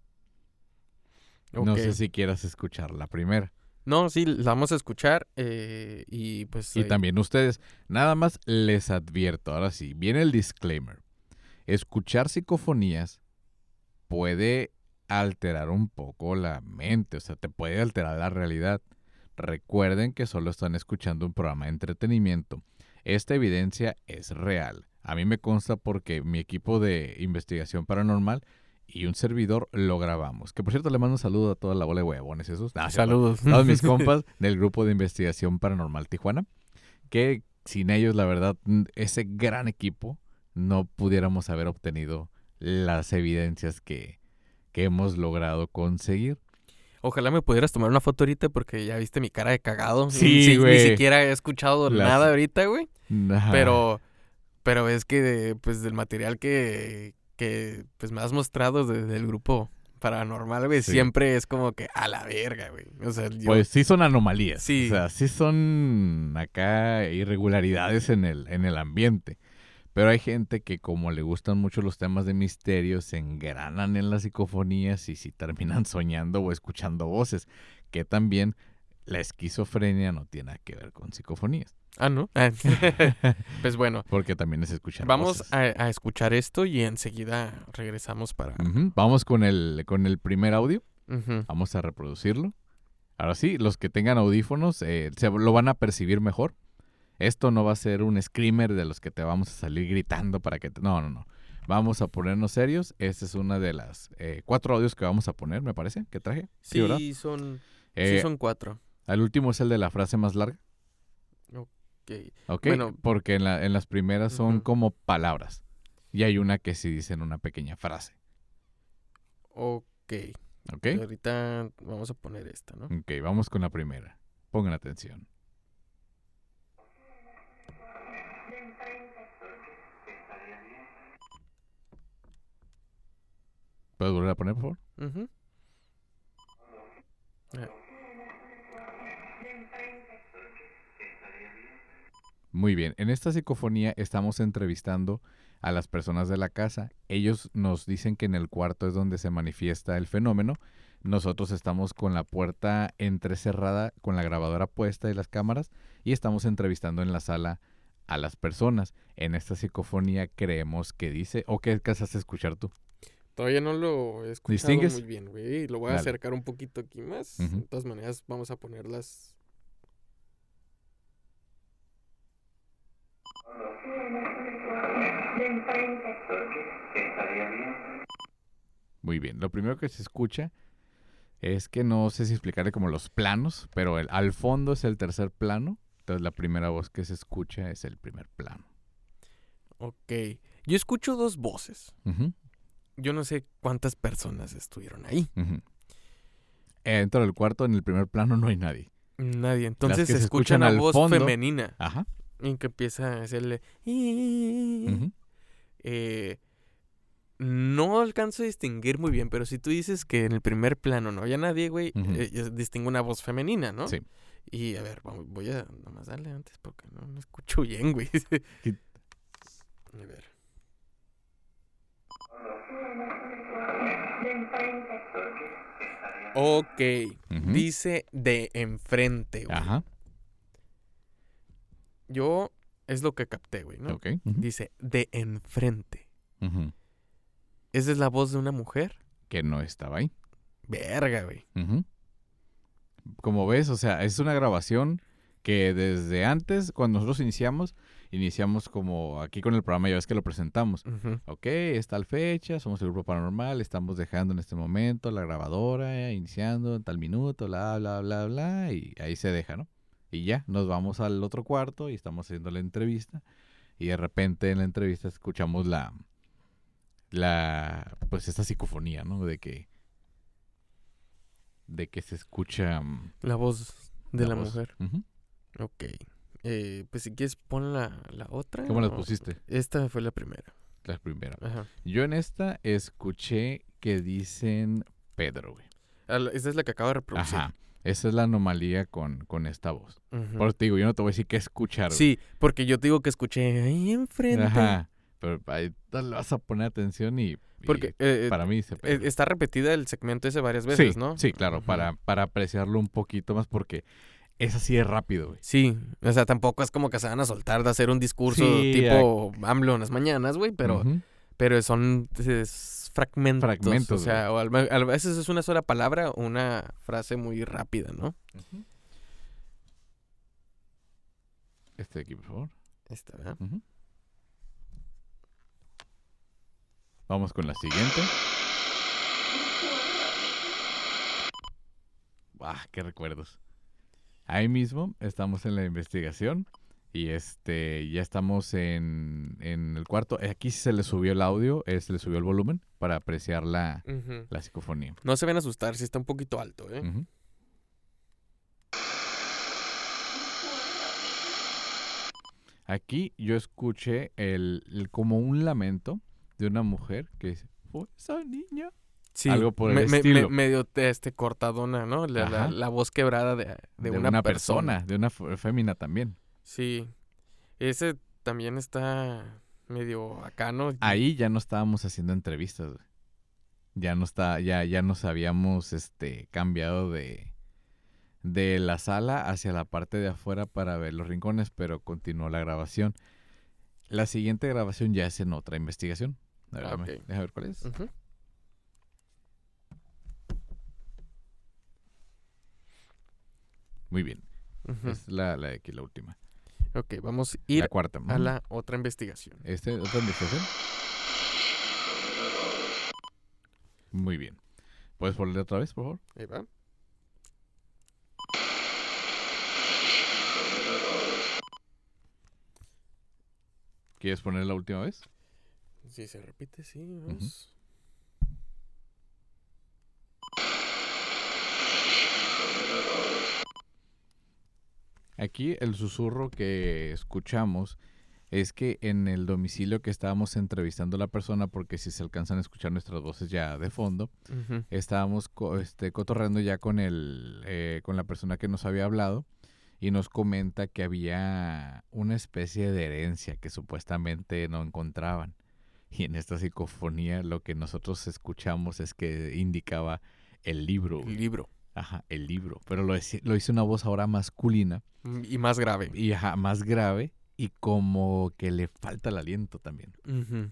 No Ok. sé si quieras escuchar la primera. No, sí, la vamos a escuchar eh, y pues... Y eh, también ustedes, nada más les advierto, ahora sí, viene el disclaimer. Escuchar psicofonías puede alterar un poco la mente, o sea, te puede alterar la realidad. Recuerden que solo están escuchando un programa de entretenimiento. Esta evidencia es real. A mí me consta porque mi equipo de investigación paranormal y un servidor lo grabamos. Que por cierto le mando un saludo a toda la bola de huevones esos. No, Saludos. todos mis compas del grupo de investigación paranormal Tijuana. Que sin ellos, la verdad, ese gran equipo no pudiéramos haber obtenido las evidencias que, que hemos logrado conseguir. Ojalá me pudieras tomar una foto ahorita porque ya viste mi cara de cagado. Sí, Ni si- güey. Ni siquiera he escuchado Las- nada ahorita, güey. Ajá. Pero, pero es que, pues, del material que, que pues, me has mostrado de- del grupo paranormal, güey, Sí. siempre es como que a la verga, güey. O sea, yo... Pues sí son anomalías. Sí. O sea, sí son acá irregularidades en el, en el ambiente. Pero hay gente que como le gustan mucho los temas de misterio, se engranan en las psicofonías y sí terminan soñando o escuchando voces. Que también la esquizofrenia no tiene nada que ver con psicofonías. Ah, ¿no? Ah, pues bueno, Porque también es escuchar vamos voces. a, a escuchar esto y enseguida regresamos para... Ujú. Vamos con el, con el primer audio. Ujú. Vamos a reproducirlo. Ahora sí, los que tengan audífonos eh, se lo van a percibir mejor. Esto no va a ser un screamer de los que te vamos a salir gritando para que... Te... No, no, no. Vamos a ponernos serios. Esta es una de las eh, cuatro audios que vamos a poner, me parece, que traje. Sí, ¿verdad? son, Eh, sí son cuatro. El último es el de la frase más larga. Ok. ¿Ok? Bueno. Porque en, la, en las primeras son Ujú. como palabras. Y hay una que sí dicen una pequeña frase. Ok. ¿Ok? Ahorita vamos a poner esta, ¿no? Ok, vamos con la primera. Pongan atención. ¿Puedes volver a poner, por favor? Ujú. Ah, Muy bien. En esta psicofonía estamos entrevistando a las personas de la casa. Ellos nos dicen que en el cuarto es donde se manifiesta el fenómeno. Nosotros estamos con la puerta entrecerrada, con la grabadora puesta y las cámaras, y estamos entrevistando en la sala a las personas. En esta psicofonía creemos que dice... ¿O qué alcanzas a escuchar tú? Todavía no lo he escuchado ¿Distingues? muy bien, güey. Lo voy a Dale. acercar un poquito aquí más. Ujú. De todas maneras, vamos a ponerlas... Muy bien. Lo primero que se escucha es que no sé si explicarle como los planos, pero el, al fondo es el tercer plano. Entonces la primera voz que se escucha es el primer plano. Ok. Yo escucho dos voces. Ujú, Yo no sé cuántas personas estuvieron ahí. ujú. Eh, Dentro del cuarto, en el primer plano, no hay nadie. Nadie. Entonces que se se escucha escuchan una al voz fondo. femenina. Ajá. En que empieza a hacerle... Ujú. Eh, no alcanzo a distinguir muy bien, pero si tú dices que en el primer plano no había nadie, güey, Ujú. eh, yo distingo una voz femenina, ¿no? Sí. Y a ver, vamos, voy a nomás darle antes porque no, no escucho bien, güey. ¿Qué? A ver. Ok, Ujú. dice de enfrente, güey. Ajá. Yo, es lo que capté, güey, ¿no? Ok. Ujú. Dice de enfrente. Ujú. ¿Esa es la voz de una mujer? Que no estaba ahí. Verga, güey. Ujú. Como ves, o sea, es una grabación que desde antes, cuando nosotros iniciamos, iniciamos como aquí con el programa, ya ves que lo presentamos. Ujú. Ok, es tal fecha, somos el grupo paranormal, estamos dejando en este momento la grabadora, eh, iniciando en tal minuto, bla, bla, bla, bla, y ahí se deja, ¿no? Y ya, nos vamos al otro cuarto y estamos haciendo la entrevista, y de repente en la entrevista escuchamos la, la, pues esta psicofonía, ¿no? De que, de que se escucha mm, La voz de la, voz. mujer. Ujú. Ok. Eh, pues si quieres pon la, la otra. ¿Cómo las o- pusiste? Esta fue la primera. La primera. Ajá. Yo en esta escuché que dicen Pedro, güey. Ah, la- Esta es la que acabo de reproducir. Ajá. Esa es la anomalía con, con esta voz. Ujú. Por eso te digo, yo no te voy a decir qué escuchar, güey. Sí, porque yo te digo que escuché ahí enfrente. Ajá. Pero ahí te le vas a poner atención y, y Porque eh, para mí dice eh, Pedro. está repetida el segmento ese varias veces, sí, ¿no? sí, claro, Ujú. para, para apreciarlo un poquito más porque es así de rápido, güey. Sí, o sea, tampoco es como que se van a soltar de hacer un discurso Sí, tipo AMLO en las mañanas, güey, pero, Ujú. pero son es fragmentos. Fragmentos, O sea, o al- a veces es una sola palabra o una frase muy rápida, ¿no? Ujú. Este de aquí, por favor. Esta, ¿verdad? Ujú. Vamos con la siguiente. Ah, qué recuerdos. Ahí mismo estamos en la investigación y este ya estamos en, en el cuarto. Aquí sí se le subió el audio, eh, se le subió el volumen para apreciar la, Ujú. la psicofonía. No se ven a asustar si está un poquito alto, ¿eh? Ujú. Aquí yo escuché el, el- como un lamento de una mujer que dice, fue esa niña. Sí, Algo por el me- me- estilo. me- medio este, cortadona, ¿no? La, la- Ajá. la voz quebrada de, de una, persona. de una f- fémina también. Sí, ese también está medio acá, ¿no? Ahí ya no estábamos haciendo entrevistas, güey. Ya no está, ya, ya nos habíamos este cambiado de, de la sala hacia la parte de afuera para ver los rincones, pero continuó la grabación. La siguiente grabación ya es en otra investigación. A ver, Ah, dame, ok. deja ver cuál es. Ujú. Muy bien. Ujú. Es la, la de aquí, la última. Ok, vamos a ir La cuarta. a Ujú. la otra investigación. Este, otra investigación. Muy bien. ¿Puedes ponerle otra vez, por favor? Ahí va. ¿Quieres poner la última vez? Si se repite, sí, vamos. Aquí el susurro que escuchamos es que en el domicilio que estábamos entrevistando a la persona, porque si se alcanzan a escuchar nuestras voces ya de fondo, Ujú. estábamos co- este, cotorreando ya con el, eh, con la persona que nos había hablado y nos comenta que había una especie de herencia que supuestamente no encontraban. Y en esta psicofonía lo que nosotros escuchamos es que indicaba el libro. El libro. Ajá, el libro. Pero lo, deci- lo hizo una voz ahora masculina. Y más grave. Y ajá, más grave. Y como que le falta el aliento también. Uh-huh.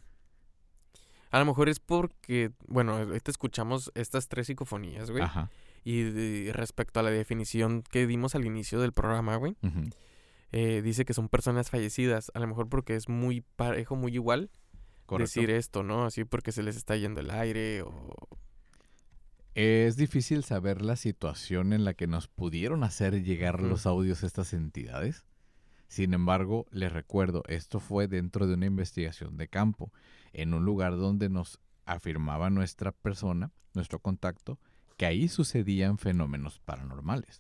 A lo mejor es porque, bueno, ahorita escuchamos estas tres psicofonías, güey. Ajá. Y de, respecto a la definición que dimos al inicio del programa, güey, Uh-huh. eh, dice que son personas fallecidas. A lo mejor porque es muy parejo, muy igual Correcto. decir esto, ¿no? Así porque se les está yendo el aire o... Es difícil saber la situación en la que nos pudieron hacer llegar Ujú. los audios estas entidades. Sin embargo, les recuerdo, esto fue dentro de una investigación de campo, en un lugar donde nos afirmaba nuestra persona, nuestro contacto, que ahí sucedían fenómenos paranormales.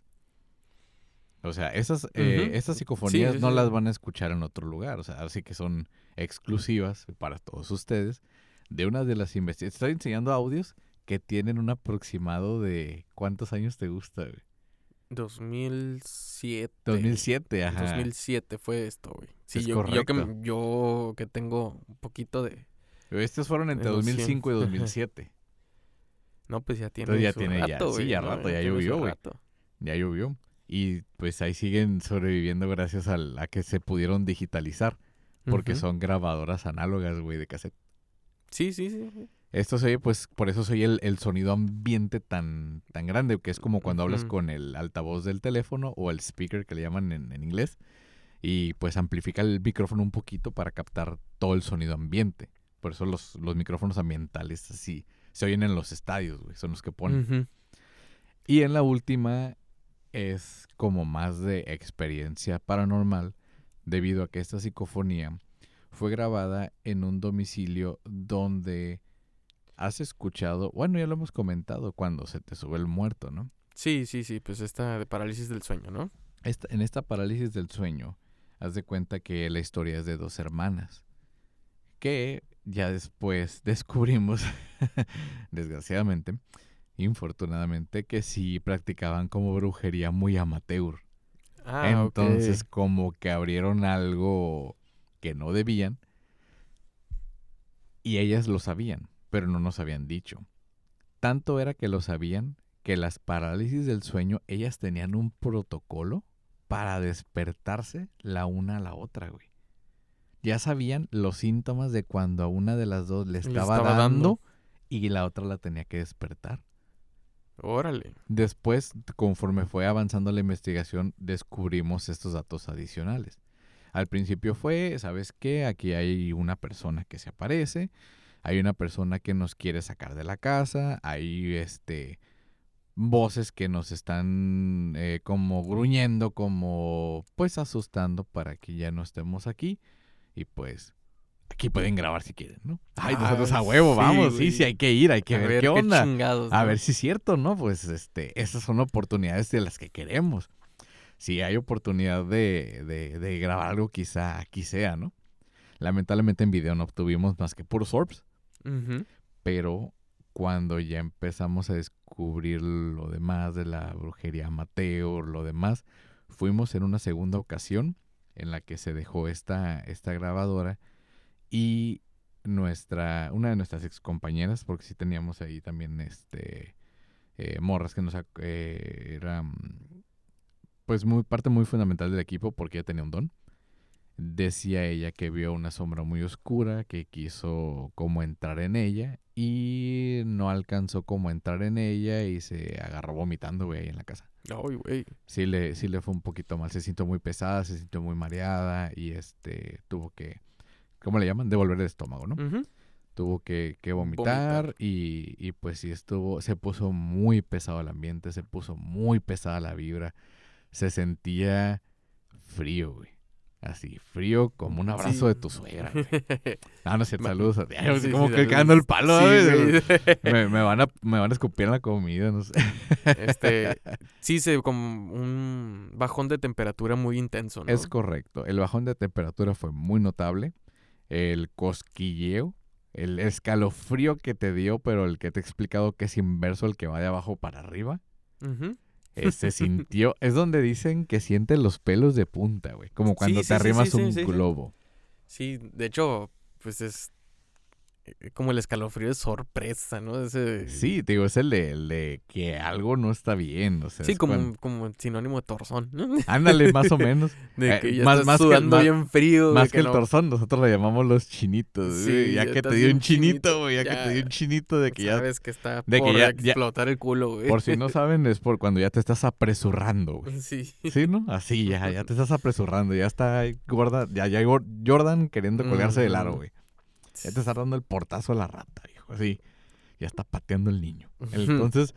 O sea, esas, eh, Ujú. estas psicofonías Sí, sí, no sí. las van a escuchar en otro lugar. O sea, así que son exclusivas para todos ustedes de una de las investigaciones. Estoy enseñando audios que tienen un aproximado de... ¿Cuántos años te gusta, güey? dos mil siete. dos mil siete, ajá. dos mil siete fue esto, güey. Sí, Es yo, yo, que, correcto. yo que tengo un poquito de... Estos fueron entre de dos mil cinco y noción. dos mil siete. No, pues ya tiene Entonces ya su tiene ya- rato, sí, güey, ya ¿no? rato, ya tiene su llovió, güey. rato. Ya llovió. Y pues ahí siguen sobreviviendo gracias a, la- a que se pudieron digitalizar. Porque Ujú. son grabadoras análogas, güey, de cassette. Sí, sí, sí. Esto se oye, pues, por eso soy el, el sonido ambiente tan, tan grande, que es como cuando hablas Ujú. con el altavoz del teléfono o el speaker que le llaman en, en inglés. Y pues amplifica el micrófono un poquito para captar todo el sonido ambiente. Por eso los, los micrófonos ambientales así se oyen en los estadios, güey, son los que ponen. Ujú. Y en la última es como más de experiencia paranormal, debido a que esta psicofonía fue grabada en un domicilio donde has escuchado, bueno, ya lo hemos comentado, cuando se te sube el muerto, ¿no? Sí, sí, sí, pues esta de parálisis del sueño, ¿no? Esta, en esta parálisis del sueño, haz de cuenta que la historia es de dos hermanas, que ya después descubrimos, desgraciadamente, infortunadamente, que sí practicaban como brujería muy amateur. Ah, Entonces, ok. como que abrieron algo que no debían y ellas lo sabían, pero no nos habían dicho. Tanto era que lo sabían que las parálisis del sueño, ellas tenían un protocolo para despertarse la una a la otra, güey. Ya sabían los síntomas de cuando a una de las dos le Le estaba, estaba dando, dando. y la otra la tenía que despertar. Órale. Después, conforme fue avanzando la investigación, descubrimos estos datos adicionales. Al principio fue, ¿sabes qué? Aquí hay una persona que se aparece, hay una persona que nos quiere sacar de la casa, hay este voces que nos están eh, como gruñendo, como pues asustando para que ya no estemos aquí. Y pues aquí pueden grabar si quieren, ¿no? Ay, nosotros Ah, a huevo, sí, vamos, sí, güey. sí, hay que ir, hay que A ver, ver qué qué onda. chingados, A ¿no? ver si es cierto, ¿no? Pues este, esas son oportunidades de las que queremos. Si hay oportunidad de, de, de grabar algo, quizá aquí sea, ¿no? Lamentablemente en video no obtuvimos más que puros orbs, Ujú. pero cuando ya empezamos a descubrir lo demás de la brujería amateur, lo demás, fuimos en una segunda ocasión en la que se dejó esta, esta grabadora y nuestra, una de nuestras ex compañeras, porque sí teníamos ahí también este eh, morras que nos ac- eh, eran pues muy parte muy fundamental del equipo porque ella tenía un don. Decía ella que vio una sombra muy oscura, que quiso como entrar en ella y no alcanzó como entrar en ella y se agarró vomitando, güey, ahí en la casa. Ay, güey. Sí le, sí le fue un poquito mal, se sintió muy pesada, se sintió muy mareada y este tuvo que, ¿cómo le llaman? Devolver el estómago, ¿no? Ujú. Tuvo que, que vomitar, Vomitar. Y, y pues sí estuvo, se puso muy pesado el ambiente, se puso muy pesada la vibra, se sentía frío, güey. Así, frío como un abrazo Sí. de tu suegra, güey. No, no es cierto, Ma- saludos. a- Ay, Sí, como sí, que cagando el palo, sí, ¿sabes? güey. Me, me van a, me van a escupir en la comida, no sé. Este, sí, se como un bajón de temperatura muy intenso, ¿no? Es correcto. El bajón de temperatura fue muy notable. El cosquilleo, el escalofrío que te dio, pero el que te he explicado que es inverso, el que va de abajo para arriba. Ujú. Eh, se sintió, es donde dicen que sientes los pelos de punta, güey. Como cuando Sí, te sí, sí, arrimas sí, un sí, sí. globo. Sí, de hecho, pues es eh, como el escalofrío de sorpresa, ¿no? Ese... Sí, te digo, es el de, el de que algo no está bien, o sea, Sí, es como, cuando... un- como un sinónimo de torzón, ¿no? Ándale, más o menos. De Eh, que ya más, estás más que el, sudando más, bien frío, de más que que el no... torzón, nosotros le llamamos los chinitos, güey. Sí, Ya ya que te estás dio un bien chinito, chinito. güey, ya que te dio Ya un chinito de que ya... sabes que está De que por ya, ya, explotar el culo, güey. por si no saben, es por cuando ya te estás apresurrando, güey. Sí. ¿Sí, no? Así, ya, ya te estás apresurando, ya está gorda, ya, ya Gor- Jordan queriendo colgarse del aro, Ujú. güey. Ya te está dando el portazo a la rata, hijo, así. Ya está pateando el niño. Ujú. Entonces,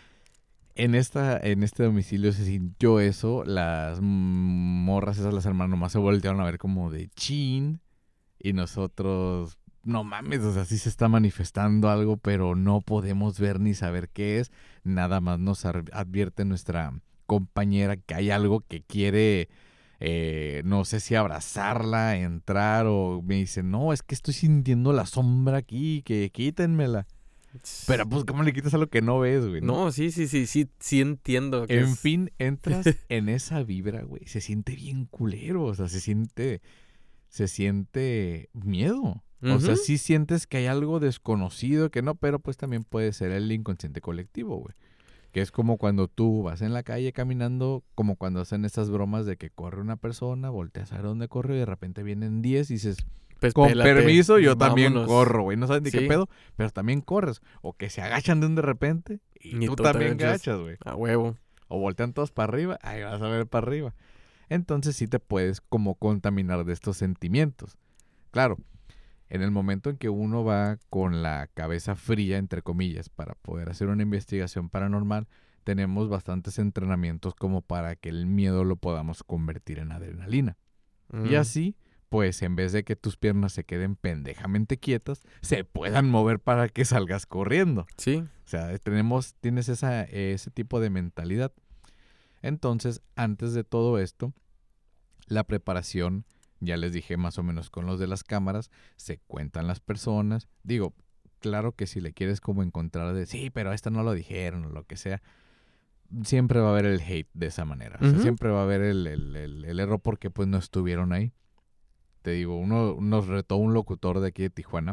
en esta, en este domicilio se sintió eso. Las mm, morras esas, las hermanas, nomás se voltearon a ver como de chin. Y nosotros, no mames, o sea, sí se está manifestando algo, pero no podemos ver ni saber qué es. Nada más nos ar- advierte nuestra compañera que hay algo que quiere, eh, no sé si abrazarla, entrar, o me dice, no, es que estoy sintiendo la sombra aquí, que quítenmela. Pero pues, ¿cómo le quitas algo que no ves, güey, no? No, sí, sí, sí, sí, sí entiendo que En es... fin, entras en esa vibra, güey. Se siente bien culero, o sea, se siente, se siente miedo. O sea, Ujú. sí sientes que hay algo desconocido que no, pero pues también puede ser el inconsciente colectivo, güey. Que es como cuando tú vas en la calle caminando, como cuando hacen estas bromas de que corre una persona, volteas a ver dónde corre y de repente vienen diez y dices, Pues con pélate, permiso, yo también vámonos. corro, güey. No saben de qué Sí, pedo, pero también corres. O que se agachan de un de repente y y tú tú también también echas agachas, güey. a huevo. O voltean todos para arriba, ahí vas a ver para arriba. Entonces sí te puedes como contaminar de estos sentimientos. Claro, en el momento en que uno va con la cabeza fría, entre comillas, para poder hacer una investigación paranormal, tenemos bastantes entrenamientos como para que el miedo lo podamos convertir en adrenalina. Y Mm, así, pues en vez de que tus piernas se queden pendejamente quietas, se puedan mover para que salgas corriendo. sí, O sea, tenemos, tienes esa, ese tipo de mentalidad. Entonces, antes de todo esto, la preparación, ya les dije más o menos con los de las cámaras, se cuentan las personas. Digo, claro que si le quieres como encontrar de, sí, pero esta no lo dijeron o lo que sea, siempre va a haber el hate de esa manera. O sea, ujú, siempre va a haber el, el, el, el error porque pues no estuvieron ahí. Te digo, uno nos retó un locutor de aquí de Tijuana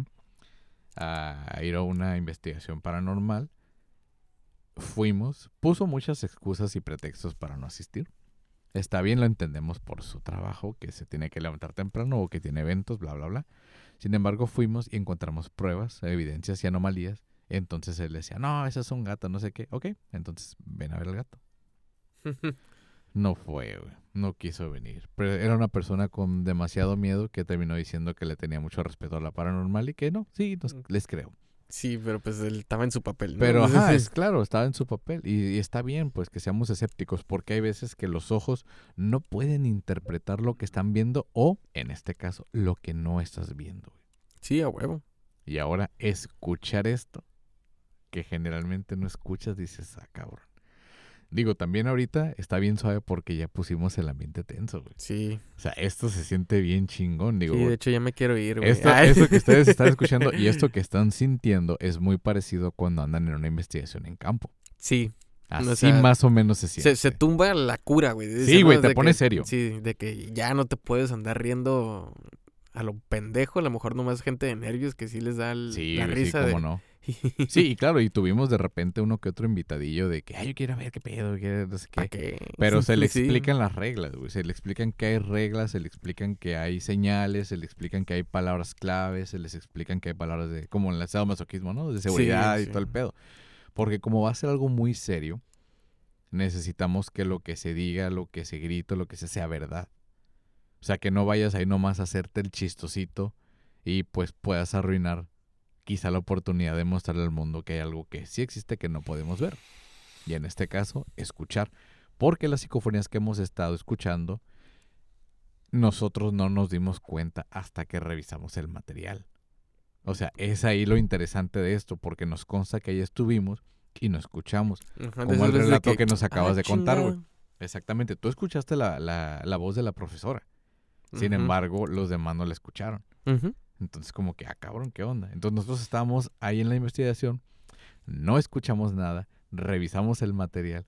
a ir a una investigación paranormal. Fuimos, puso muchas excusas y pretextos para no asistir. Está bien, lo entendemos por su trabajo, que se tiene que levantar temprano o que tiene eventos, bla, bla, bla. Sin embargo, fuimos y encontramos pruebas, evidencias y anomalías. Entonces él decía, no, ese es un gato, no sé qué. Ok, entonces ven a ver el gato. No fue, güey. No quiso venir. Pero era una persona con demasiado miedo que terminó diciendo que le tenía mucho respeto a la paranormal y que no, sí, nos- les creo. Sí, pero pues él estaba en su papel, ¿no? Pero ajá, es claro, estaba en su papel y, y está bien pues que seamos escépticos porque hay veces que los ojos no pueden interpretar lo que están viendo o, en este caso, lo que no estás viendo, güey. Sí, a huevo. Y ahora escuchar esto, que generalmente no escuchas, dices, ah, cabrón. Digo, también ahorita está bien suave porque ya pusimos el ambiente tenso, güey. Sí, O sea, esto se siente bien chingón, digo, sí, de güey. hecho ya me quiero ir, güey. Esto, Ay. esto que ustedes están escuchando y esto que están sintiendo es muy parecido cuando andan en una investigación en campo. Sí, Así o sea, más o menos se siente. se, se tumba la cura, güey. Sí, Dice, ¿no? güey, te De pone que- serio. Sí, de que ya no te puedes andar riendo a lo pendejo. A lo mejor nomás gente de nervios que sí les da el- Sí, la güey, sí, risa cómo de... no. Sí, y claro, y tuvimos de repente uno que otro invitadillo de que, ay, yo quiero ver qué pedo, que no sé ¿Para qué. qué? Pero se le Sí. explican las reglas, güey. Se le explican que hay reglas, se le explican que hay señales, se le explican que hay palabras claves, se les explican que hay palabras de, como en el sadomasoquismo, ¿no? De seguridad Sí, y sí. todo el pedo. Porque como va a ser algo muy serio, necesitamos que lo que se diga, lo que se grite, lo que se sea verdad. O sea, que no vayas ahí nomás a hacerte el chistosito y pues puedas arruinar quizá la oportunidad de mostrarle al mundo que hay algo que sí existe que no podemos ver. Y en este caso, escuchar. Porque las psicofonías que hemos estado escuchando, nosotros no nos dimos cuenta hasta que revisamos el material. O sea, es ahí lo interesante de esto, porque nos consta que ahí estuvimos y no escuchamos. Ajá, de Como el esos de relato que, que nos acabas "Ah, de contar, güey. chinga". Exactamente. Tú escuchaste la, la, la voz de la profesora. Sin Ujú, embargo, los demás no la escucharon. ujú. Entonces, como que, ah, cabrón, ¿qué onda? Entonces, nosotros estábamos ahí en la investigación, no escuchamos nada, revisamos el material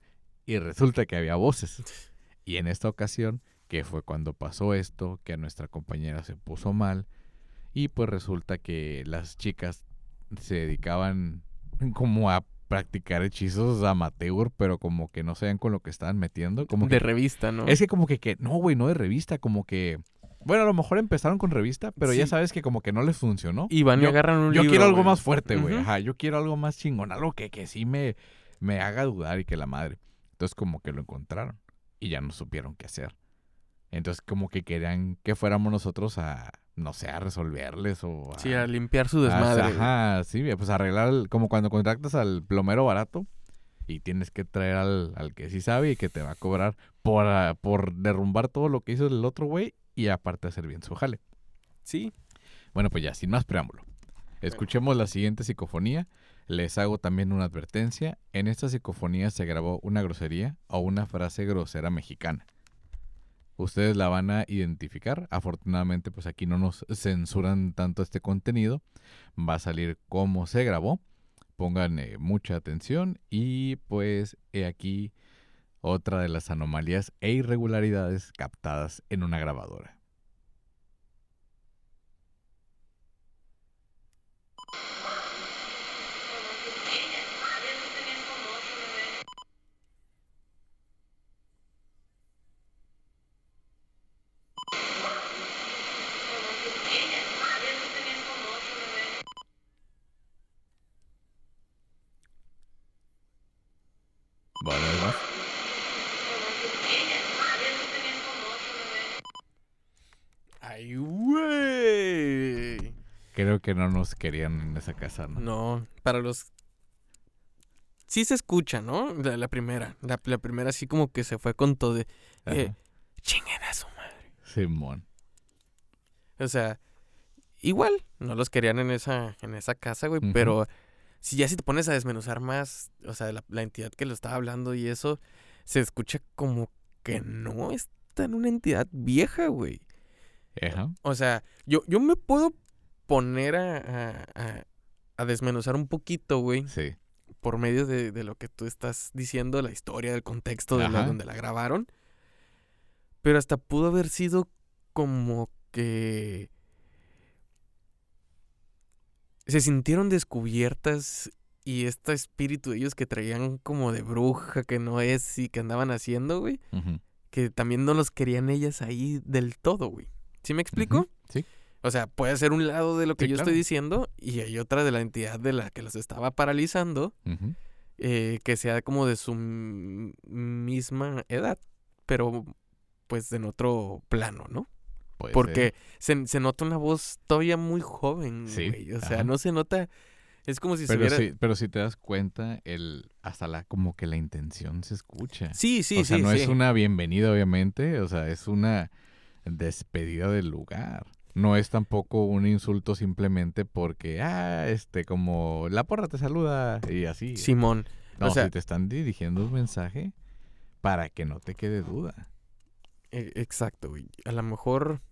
y resulta que había voces. Y en esta ocasión, que fue cuando pasó esto, que a nuestra compañera se puso mal, y pues resulta que las chicas se dedicaban como a practicar hechizos amateur, pero como que no sabían con lo que estaban metiendo. Como de que, revista, ¿no? es que como que, que no, güey, no de revista, como que... Bueno, a lo mejor empezaron con revista, pero Sí. ya sabes que como que no les funcionó. Y van y yo, agarran un Yo libro, quiero algo güey. más fuerte, güey. Ujú. Ajá, yo quiero algo más chingón, algo que, que sí me, me haga dudar y que la madre. Entonces como que lo encontraron y ya no supieron qué hacer. Entonces como que querían que fuéramos nosotros a, no sé, a resolverles o a... Sí, a limpiar su a- desmadre. güey. Ajá, sí, pues arreglar, el- como cuando contactas al plomero barato y tienes que traer al, al que sí sabe y que te va a cobrar por, ah, por derrumbar todo lo que hizo el otro güey y aparte hacer bien su jale. Sí. Bueno, pues ya, sin más preámbulo. Escuchemos la siguiente psicofonía. Les hago también una advertencia. En esta psicofonía se grabó una grosería o una frase grosera mexicana. Ustedes la van a identificar. Afortunadamente, pues aquí no nos censuran tanto este contenido. Va a salir cómo se grabó. Pongan eh, mucha atención y pues he aquí otra de las anomalías e irregularidades captadas en una grabadora. Vale, además. Ay, güey. Creo que no nos querían en esa casa, ¿no? No, para los... Sí se escucha, ¿no? La, la primera. La, la primera así como que se fue con todo de... Eh, Ajá. chinguen a su madre. Simón. O sea, igual, no los querían en esa, en esa casa, güey. Ujú. Pero si ya si te pones a desmenuzar más, o sea, la, la entidad que lo estaba hablando y eso, se escucha como que no está en una entidad vieja, güey. Ajá. O sea, yo, yo me puedo poner a, a, a, a desmenuzar un poquito, güey, Sí. por medio de, de lo que tú estás diciendo, la historia, el contexto de la, Ajá. donde la grabaron. Pero hasta pudo haber sido como que se sintieron descubiertas y este espíritu de ellos que traían como de bruja, que no es y que andaban haciendo, güey, Ujú. que también no los querían ellas ahí del todo, güey. ¿Sí me explico? Ujú. Sí. O sea, puede ser un lado de lo que Sí, yo claro. estoy diciendo y hay otra de la entidad de la que los estaba paralizando, Ujú. eh, que sea como de su m- misma edad, pero pues en otro plano, ¿no? Puede Porque se, se nota una voz todavía muy joven, Sí, güey. O sea, ajá. no se nota... Es como si ser. Pero, se hubiera... sí, pero si te das cuenta, el, hasta la como que la intención se escucha. Sí, sí, o sea, sí, no sí. es una bienvenida, obviamente. O sea, es una despedida del lugar. No es tampoco un insulto simplemente porque, ah, este, como la porra te saluda y así. Simón. No, o sea, si te están dirigiendo un mensaje para que no te quede duda. e- exacto, güey. A lo mejor...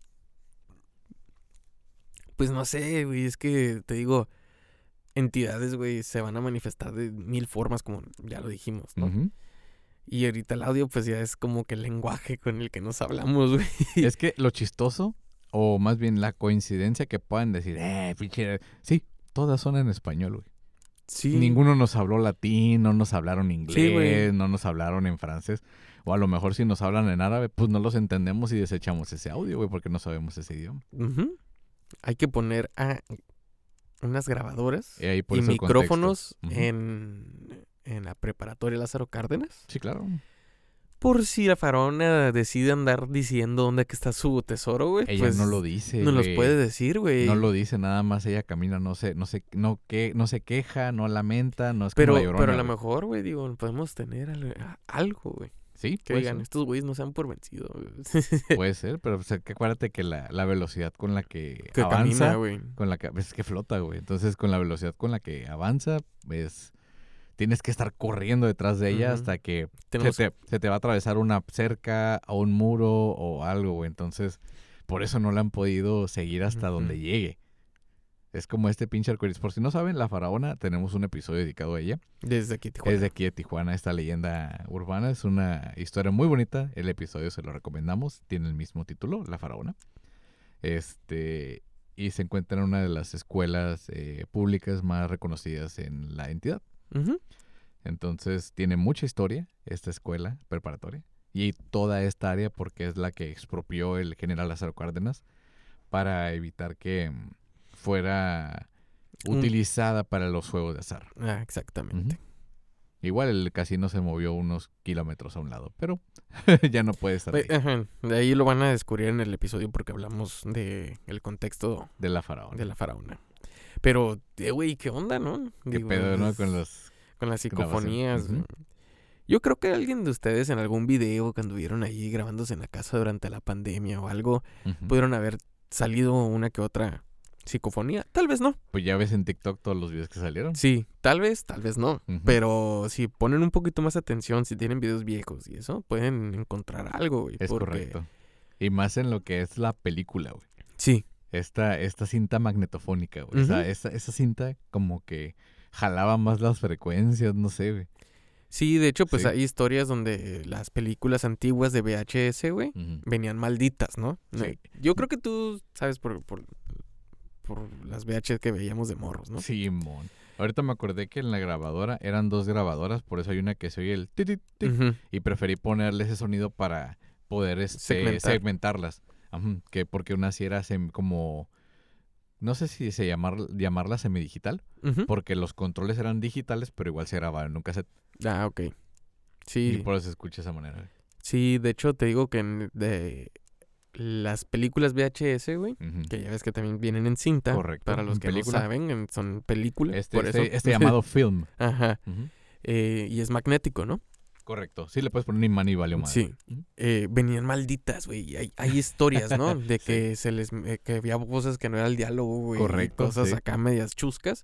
Pues no sé, güey. Es que te digo... Entidades, güey, se van a manifestar de mil formas, como ya lo dijimos, ¿no? Ujú. Y ahorita el audio, pues ya es como que el lenguaje con el que nos hablamos, güey. Es que lo chistoso, o más bien la coincidencia que puedan decir, eh, pinche... Sí, todas son en español, güey. Sí. Ninguno nos habló latín, no nos hablaron inglés, güey. no nos hablaron en francés. O a lo mejor si nos hablan en árabe, pues no los entendemos y desechamos ese audio, güey, porque no sabemos ese idioma. Ujú. Hay que poner a unas grabadoras Y ahí por y eso el micrófonos contexto. Ujú. en, en la preparatoria Lázaro Cárdenas. Sí, claro. Por si la faraona decide andar diciendo dónde que está su tesoro, güey. Ella pues no lo dice, nos los güey. puede decir, güey. No lo dice, nada más ella camina, no se, no se, no que, no se queja, no lamenta, no es Pero, como la Llorona, pero a lo güey. mejor, güey, digo, podemos tener al- a- algo, güey. Sí, Que puede digan, ser. estos güeyes no se han por vencido. güey. Puede ser, pero pues, que acuérdate que la, la velocidad con la que, que avanza, camina, güey. con la que, es que flota, güey. Entonces, con la velocidad con la que avanza, pues, tienes que estar corriendo detrás de ella Ujú. hasta que Tenemos- se, te, se te va a atravesar una cerca o un muro o algo, güey. Entonces, por eso no la han podido seguir hasta Ujú. donde llegue. Es como este pinche arcoíris. Por si no saben, La Faraona, tenemos un episodio dedicado a ella. Desde aquí, Tijuana. Desde aquí de Tijuana, esta leyenda urbana. Es una historia muy bonita. El episodio se lo recomendamos. Tiene el mismo título, La Faraona. Este, y se encuentra en una de las escuelas eh, públicas más reconocidas en la entidad. Uh-huh. Entonces, tiene mucha historia esta escuela preparatoria. Y toda esta área porque es la que expropió el general Lázaro Cárdenas para evitar que fuera Un- utilizada para los juegos de azar. Ah, exactamente. Ujú. Igual el casino se movió unos kilómetros a un lado, pero ya no puede estar ahí. Pe- ajá, De ahí lo van a descubrir en el episodio porque hablamos de el contexto De la faraona. de la faraona. Pero, eh, güey, ¿qué onda, no? ¿Qué Digo, pedo, no? pues, Con los... con las psicofonías. Ujú. Yo creo que alguien de ustedes en algún video que anduvieron ahí grabándose en la casa durante la pandemia o algo, Ujú. pudieron haber salido una que otra psicofonía. Tal vez no. Pues ya ves en TikTok todos los videos que salieron. Sí, tal vez, tal vez no. Ujú. Pero si ponen un poquito más atención, si tienen videos viejos y eso, pueden encontrar algo, güey. Es porque- correcto. Y más en lo que es la película, güey. Sí. Esta, esta cinta magnetofónica, güey. O sea, Ujú. esa, esa cinta como que jalaba más las frecuencias, no sé, güey. Sí, de hecho, pues Sí. hay historias donde las películas antiguas de V H S, güey, Ujú. venían malditas, ¿no? Sí. Eh, Yo creo que tú sabes por, por, por las V H S que veíamos de morros, ¿no? Sí, mon. Ahorita me acordé que en la grabadora eran dos grabadoras, por eso hay una que se oye el tit, tit, tit, Ujú. y preferí ponerle ese sonido para poder este, Segmentar. segmentarlas. Ajá, que porque una sí era sem- como, no sé si se llamar, llamarla semidigital, Ujú. porque los controles eran digitales, pero igual se grababan en un cassette. Ah, ok. Y Sí, por eso se escucha de esa manera. sí, de hecho te digo que en- de las películas V H S, güey, Ujú. que ya ves que también vienen en cinta. Correcto, Para los en que película. no saben, en- son películas. Este, por este, eso. este llamado film. Ajá. Ujú. Eh, y es magnético, ¿no? Correcto. Sí le puedes poner ni mani vale madre. Sí. Ujú. Eh, venían malditas, güey. Hay, hay historias, ¿no? De que se les eh, que había voces que no era el diálogo, güey. y Correcto, Cosas sí. acá medias chuscas.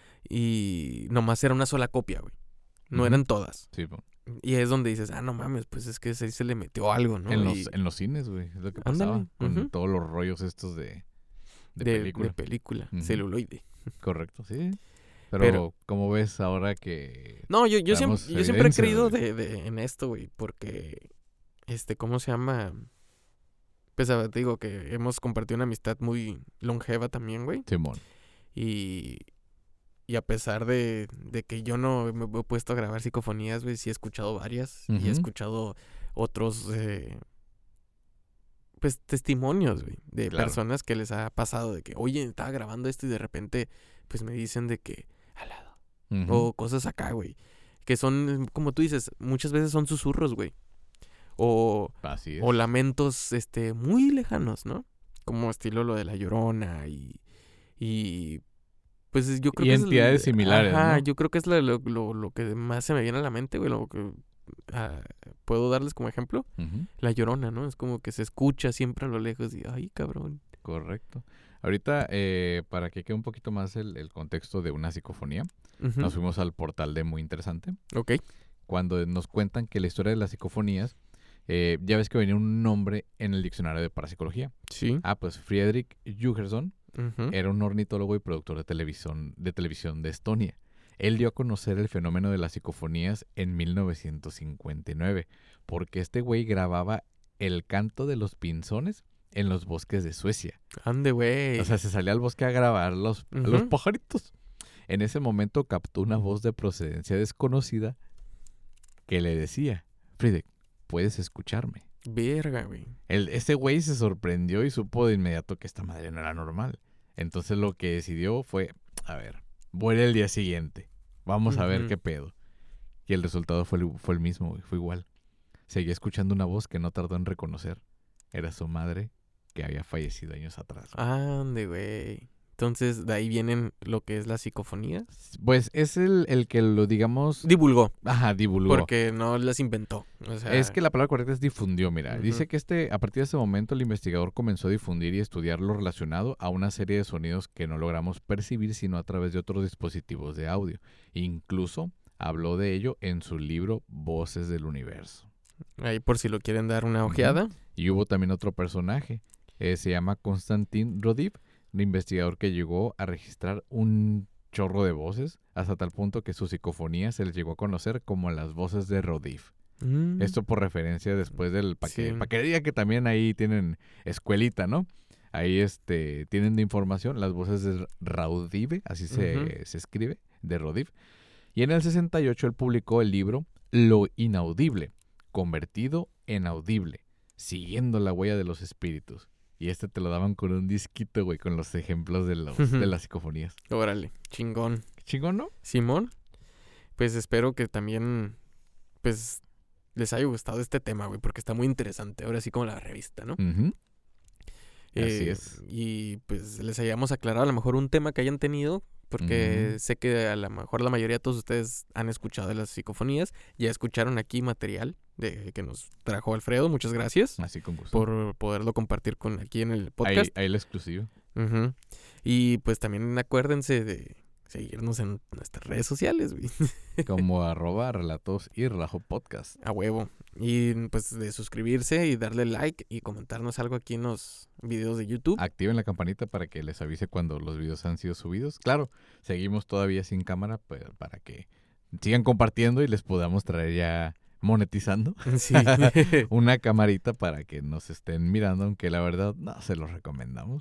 Y nomás era una sola copia, güey. No Ujú. eran todas. Sí, po. Y es donde dices, ah, no mames, pues es que se, se le metió algo, ¿no? en, Y los, en los cines, güey. Es lo que Ándale, pasaba. Con ujú. todos los rollos estos de, de, de, película. de película, Ujú. celuloide. Correcto, sí. Pero, Pero- como ves ahora que... No, yo, yo, siempre, Tenemos yo siempre he evidencia, creído güey. de, de- en esto, güey, porque, este, ¿cómo se llama? Pues a- te digo que hemos compartido una amistad muy longeva también, güey. Simón. Y, y a pesar de, de que yo no me he puesto a grabar psicofonías, güey, sí he escuchado varias. Y Ujú. he escuchado otros, eh, pues, testimonios, güey, de Claro. personas que les ha pasado de que, oye, estaba grabando esto y de repente, pues me dicen de que, al lado. Ujú. O cosas acá, güey. Que son, como tú dices, muchas veces son susurros, güey. O, Así es. o lamentos, este, muy lejanos, ¿no? Como estilo lo de La Llorona y... y pues yo creo Y que es el- entidades similares, Ajá, ¿no? yo creo que es lo, lo, lo- lo que más se me viene a la mente, güey. Lo que ah, puedo darles como ejemplo. Ujú. La Llorona, ¿no? Es como que se escucha siempre a lo lejos y, ay, cabrón. Correcto. Ahorita, eh, para que quede un poquito más el, el contexto de una psicofonía, Ujú. nos fuimos al portal de Muy Interesante, Ok. cuando nos cuentan que la historia de las psicofonías, eh, ya ves que venía un nombre en el diccionario de parapsicología. Sí. Ah, pues Friedrich Jürgenson Ujú. era un ornitólogo y productor de televisión, de televisión de Estonia. Él dio a conocer el fenómeno de las psicofonías en mil novecientos cincuenta y nueve, porque este güey grababa el canto de los pinzones en los bosques de Suecia. Ande, güey. O sea, se salía al bosque a grabar los, a los Ujú. pajaritos. En ese momento captó una voz de procedencia desconocida que le decía, Friedrich, ¿puedes escucharme? Verga, güey. El, ese güey se sorprendió y supo de inmediato que esta madre no era normal. Entonces lo que decidió fue, a ver, vuelve el día siguiente. Vamos a ver Ujú. qué pedo. Y el resultado fue el, fue el mismo, güey, fue igual. Seguía escuchando una voz que no tardó en reconocer. Era su madre que había fallecido años atrás. Ande, güey. Entonces, de ahí vienen lo que es la psicofonía. Pues es el, el que lo digamos... Divulgó, Ajá, divulgó. porque no las inventó. O sea, Es que la palabra correcta es difundió, mira. Ujú. Dice que este, a partir de ese momento el investigador comenzó a difundir y estudiar lo relacionado a una serie de sonidos que no logramos percibir sino a través de otros dispositivos de audio. Incluso habló de ello en su libro Voces del Universo. ahí por si lo quieren dar una Ujú. ojeada. Y hubo también otro personaje, eh, se llama Konstantin Rodiv, un investigador que llegó a registrar un chorro de voces hasta tal punto que su psicofonía se les llegó a conocer como las voces de Rodif. Mm. Esto por referencia después del... Para Sí. que, pa que diga que también ahí tienen escuelita, ¿no? Ahí este tienen de información las voces de Raudive, así se, Ujú. se escribe, de Rodif. Y en el sesenta y ocho él publicó el libro Lo inaudible, convertido en audible, siguiendo la huella de los espíritus. Y este te lo daban con un disquito, güey, con los ejemplos de, los, de las psicofonías. Órale, chingón. Qué chingón, ¿no? Simón, pues espero que también, pues, les haya gustado este tema, güey, porque está muy interesante. Ahora sí como la revista, ¿no? Uh-huh. Así Eh, es. Y pues les hayamos aclarado a lo mejor un tema que hayan tenido, porque Ujú. sé que a lo mejor la mayoría de todos ustedes han escuchado de las psicofonías, ya escucharon aquí material de que nos trajo Alfredo, muchas gracias Así con gusto. por poderlo compartir con aquí en el Ahí, podcast. ahí el exclusivo. Ujú. Y pues también acuérdense de seguirnos en nuestras redes sociales, güey. Como arroba relatos y relajo podcast. A huevo. Y pues de suscribirse y darle like y comentarnos algo aquí en los videos de YouTube. Activen la campanita para que les avise cuando los videos han sido subidos. Claro, seguimos todavía sin cámara pues, para que sigan compartiendo y les podamos traer ya monetizando Sí. una camarita para que nos estén mirando, aunque la verdad no se los recomendamos.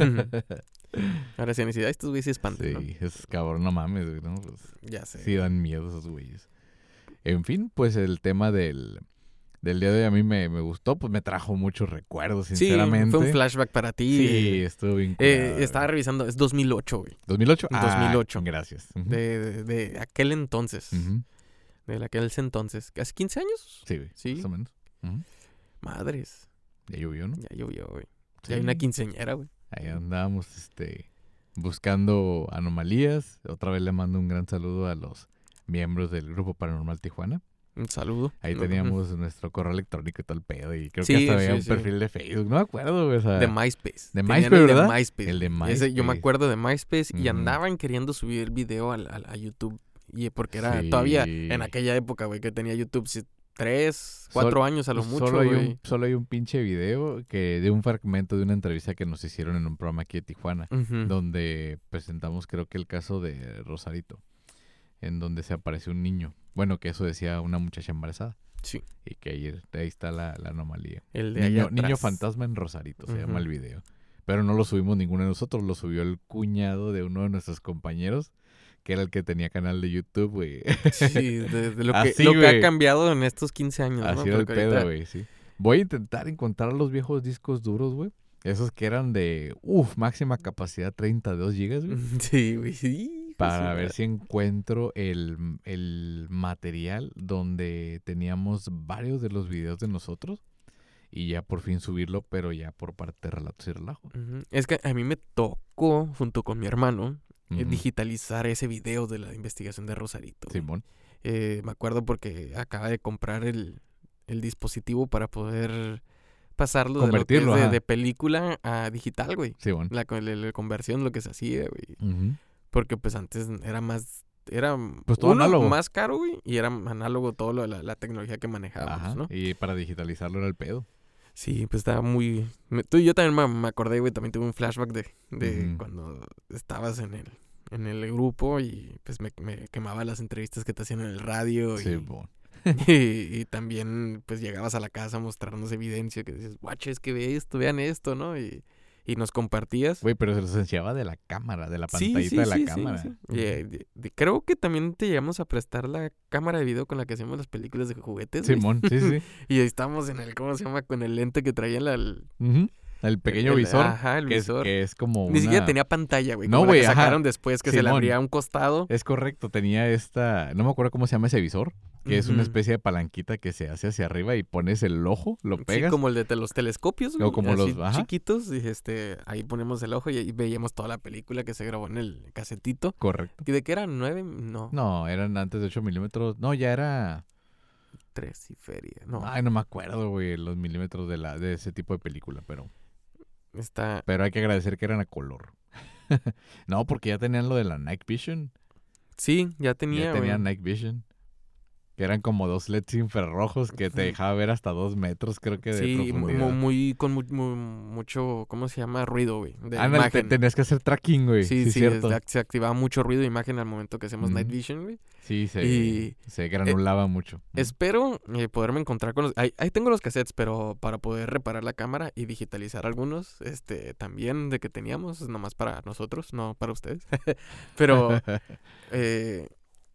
Ahora sí, necesidad estos güeyes se espantan, ¿no? Sí, es cabrón, no mames, güey, ¿no? Pues, Ya sé. sí dan miedo esos güeyes. En fin, pues el tema del, del día de hoy a mí me, me gustó, pues me trajo muchos recuerdos, Sí, sinceramente. fue un flashback para ti. Sí, eh, estuvo bien eh, curado, estaba güey. revisando, es dos mil ocho, güey. ¿dos mil ocho? dos mil ocho. Ah, gracias. Ujú. De, de, de aquel entonces. Ujú. De aquel entonces. ¿Hace quince años? Sí, güey, Sí. más o menos. Ujú. Madres. Ya llovió, ¿no? Ya llovió, güey. Sí. Ya hay una quinceañera, güey. Ahí andábamos, este, buscando anomalías. Otra vez le mando un gran saludo a los miembros del Grupo Paranormal Tijuana. Un saludo. Ahí Ujú. teníamos nuestro correo electrónico y todo el pedo. Y creo Sí, que hasta había sí, un sí. perfil de Facebook. No me acuerdo, güey. O sea, De MySpace. de Tenían MySpace, el ¿verdad? De MySpace. El de Ese, yo me MySpace. acuerdo de MySpace y Ujú. andaban queriendo subir el video al, al- a YouTube. Y porque era Sí. todavía en aquella época, güey, que tenía YouTube sí, tres, cuatro Sol- años a lo Pues mucho, solo hay, güey. un, solo hay un pinche video que de un fragmento de una entrevista que nos hicieron en un programa aquí de Tijuana, Ujú. donde presentamos creo que el caso de Rosarito, en donde se apareció un niño. Bueno, que eso decía una muchacha embarazada. Sí. Y que ahí, ahí está la, la anomalía. El de allá Niño, atrás. niño fantasma en Rosarito se Ujú. llama el video. Pero no lo subimos ninguno de nosotros, lo subió el cuñado de uno de nuestros compañeros, que era el que tenía canal de YouTube, güey. Sí, de, de lo, que, Así, lo que güey. ha cambiado en estos quince años, ¿no? Así era el Porque ahorita- pedo, güey, sí. Voy a intentar encontrar los viejos discos duros, güey. Esos que eran de, uff, máxima capacidad treinta y dos gigas, güey. Sí, güey, sí. Para sí, ver si encuentro el, el material donde teníamos varios de los videos de nosotros. Y ya por fin subirlo, pero ya por parte de Relatos y Relajo. Ujú. Es que a mí me tocó, junto con mi hermano, eh, Ujú. digitalizar ese video de la investigación de Rosarito. güey. Simón. Eh, me acuerdo porque acaba de comprar el, el dispositivo para poder pasarlo de, lo que es Convertirlo, de, ajá. de película a digital, güey. Simón. La, con- la- la conversión, lo que se hacía, güey. Ujú. Porque pues antes era más... Era Pues todo uno, análogo. más caro, güey, y era análogo todo lo de la, la tecnología que manejábamos, Ajá. ¿no? Y para digitalizarlo era el pedo. Sí, pues estaba muy... me- tú y yo también me, me acordé, güey, también tuve un flashback de, de Ujú. cuando estabas en el, en el grupo y pues me, me quemaba las entrevistas que te hacían en el radio y, Simón. y, y también pues llegabas a la casa a mostrarnos evidencia que dices, guaches, que ve esto, vean esto, ¿no? Y, y nos compartías. Güey, pero se los enseñaba de la cámara, de la Sí, pantallita sí, de la sí, sí, cámara. sí. Y, eh, de- de- creo que también te llegamos a prestar la cámara de video con la que hacíamos las películas de juguetes, güey. Simón, sí, sí. Y ahí estábamos en el, ¿cómo se llama? Con el lente que traía la, el, Ujú. El pequeño el- visor. Ajá, el que, es, visor. que es como Ni siquiera una- tenía pantalla, güey. No, como la güey, que ajá. sacaron después que se le Simón. abría un costado. Es correcto, tenía esta... No me acuerdo cómo se llama ese visor. Que es una Ujú. especie de palanquita que se hace hacia arriba y pones el ojo, lo pegas. Sí, como el de te- los telescopios, güey. O como así los- ajá. chiquitos. Y este, ahí ponemos el ojo y ahí veíamos toda la película que se grabó en el casetito. Correcto. ¿Y de qué eran? ¿Nueve? No, No, eran antes de ocho milímetros. No, ya era... tres y feria. No, Ay, no me acuerdo, güey, los milímetros de la de ese tipo de película, pero... está... Pero hay que agradecer que eran a color. No, porque ya tenían lo de la Night Vision. Sí, ya tenía, ya güey. tenían Night Vision. Que eran como dos L E Ds infrarrojos que te dejaba ver hasta dos metros, creo que de Sí, profundidad. muy, muy con mu- mu- mucho, ¿cómo se llama? Ruido, güey, de Ándale, te- imagen. tenías que hacer tracking, güey. Sí, Sí, sí, cierto. es- se activaba mucho ruido de imagen al momento que hacemos Ujú. Night Vision, güey. Sí, se, Y se granulaba mucho. Ujú. espero eh, poderme encontrar con los... Ahí, ahí tengo los cassettes, pero para poder reparar la cámara y digitalizar algunos, este, también de que teníamos, nomás para nosotros, no para ustedes. Pero, eh,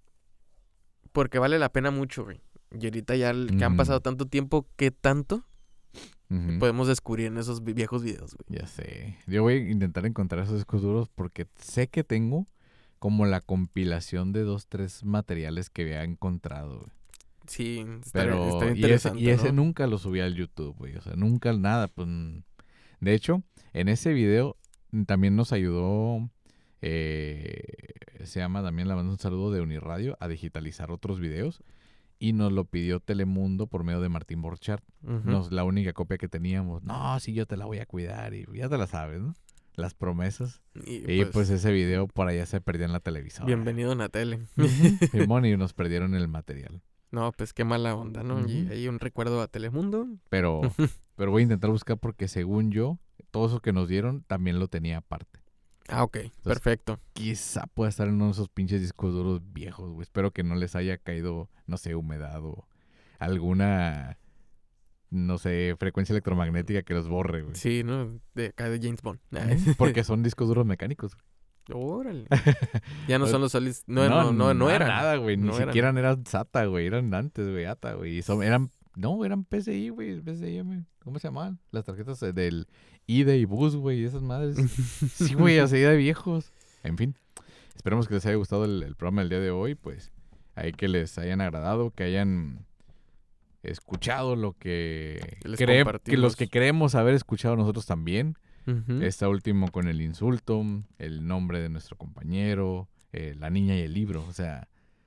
porque vale la pena mucho, güey. Y ahorita ya el- que han Ujú. pasado tanto tiempo, ¿qué tanto Ujú. podemos descubrir en esos vi- viejos videos, güey? Ya sé. Yo voy a intentar encontrar esos discos duros porque sé que tengo como la compilación de dos, tres materiales que había encontrado, güey. Sí, estaría, Pero, estaría y ese, interesante, y ese ¿no? nunca lo subí al YouTube, güey. O sea, nunca nada. Pues, mm. de hecho, en ese video mm, también nos ayudó, eh, se llama también, le mando un saludo de Uniradio, a digitalizar otros videos. Y nos lo pidió Telemundo por medio de Martín Borchardt. Ujú. Nos, la única copia que teníamos. No, sí, yo te la voy a cuidar. Y ya te la sabes, ¿no? Las promesas. Y, Y pues, pues ese video por allá se perdió en la televisora. bienvenido a la tele. Simón, y nos perdieron el material. No, pues qué mala onda, ¿no? Y Ujú. hay un recuerdo a Telemundo. Pero, pero voy a intentar buscar porque según yo, todo eso que nos dieron también lo tenía aparte. Ah, ok, perfecto. Quizá pueda estar en uno de esos pinches discos duros viejos, güey. Espero que no les haya caído, no sé, humedad o alguna, no sé, frecuencia electromagnética que los borre, güey. Sí, ¿no? De acá de James Bond. Ujú, porque son discos duros mecánicos. Órale. Ya no son los solis. No, no, no, no, no nada, eran. nada, güey. Ni No eran. siquiera eran SATA, güey. Eran antes, güey, A T A, güey. Y son, eran, no, eran P C I, güey. P C I, güey. ¿Cómo se llamaban? Las tarjetas eh, del I D E y Bus, güey. Esas madres. Sí, güey, así de viejos. En fin. Esperemos que les haya gustado el, el programa del día de hoy. Pues ahí que les hayan agradado, que hayan escuchado lo que, Que les cre- que compartimos. los que creemos haber escuchado nosotros también. Ujú. Esta último con el insulto, el nombre de nuestro compañero, eh, la niña y el libro. O sea,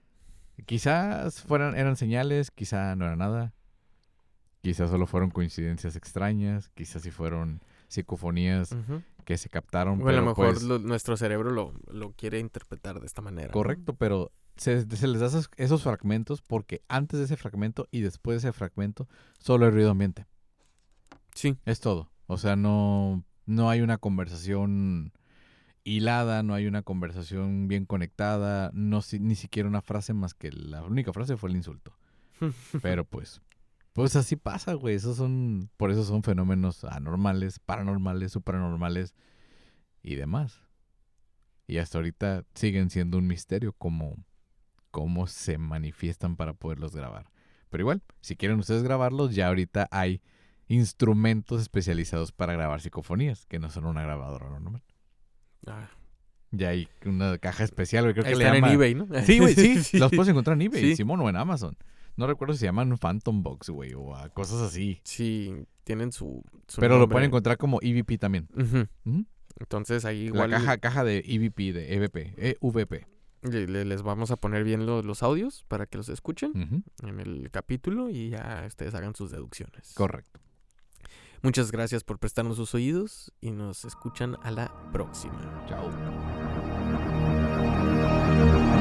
quizás fueran, eran señales, quizá no era nada. Quizás solo fueron coincidencias extrañas, quizás sí fueron psicofonías Ujú. que se captaron. Bueno, a pero lo mejor pues, lo- nuestro cerebro lo, lo quiere interpretar de esta manera. ¿no? correcto, pero se, se les da esos, esos fragmentos porque antes de ese fragmento y después de ese fragmento solo hay ruido ambiente. Sí. Es todo. O sea, no, no hay una conversación hilada, no hay una conversación bien conectada, no si- ni siquiera una frase más que la única frase fue el insulto. Pero pues, pues así pasa, güey. Esos son, por eso son fenómenos anormales, paranormales, supranormales y demás. Y hasta ahorita siguen siendo un misterio cómo, cómo se manifiestan para poderlos grabar. Pero igual, si quieren ustedes grabarlos, ya ahorita hay instrumentos especializados para grabar psicofonías, que no son una grabadora normal. Ah, Ya hay una caja especial, güey. Creo ahí que le están llama... en eBay, ¿no? Sí, güey, sí. Los puedes encontrar en eBay, Sí. Simón, o en Amazon. No recuerdo si se llaman Phantom Box, güey, o a cosas así. Sí, tienen su, su Pero lo nombre. pueden encontrar como E V P también. Ujú. Ujú. Entonces ahí La igual caja, caja de E V P, de E V P, E V P. le- le- les vamos a poner bien lo- los audios para que los escuchen Ujú. en el capítulo y ya ustedes hagan sus deducciones. Correcto. Muchas gracias por prestarnos sus oídos y nos escuchan a la próxima. Chao.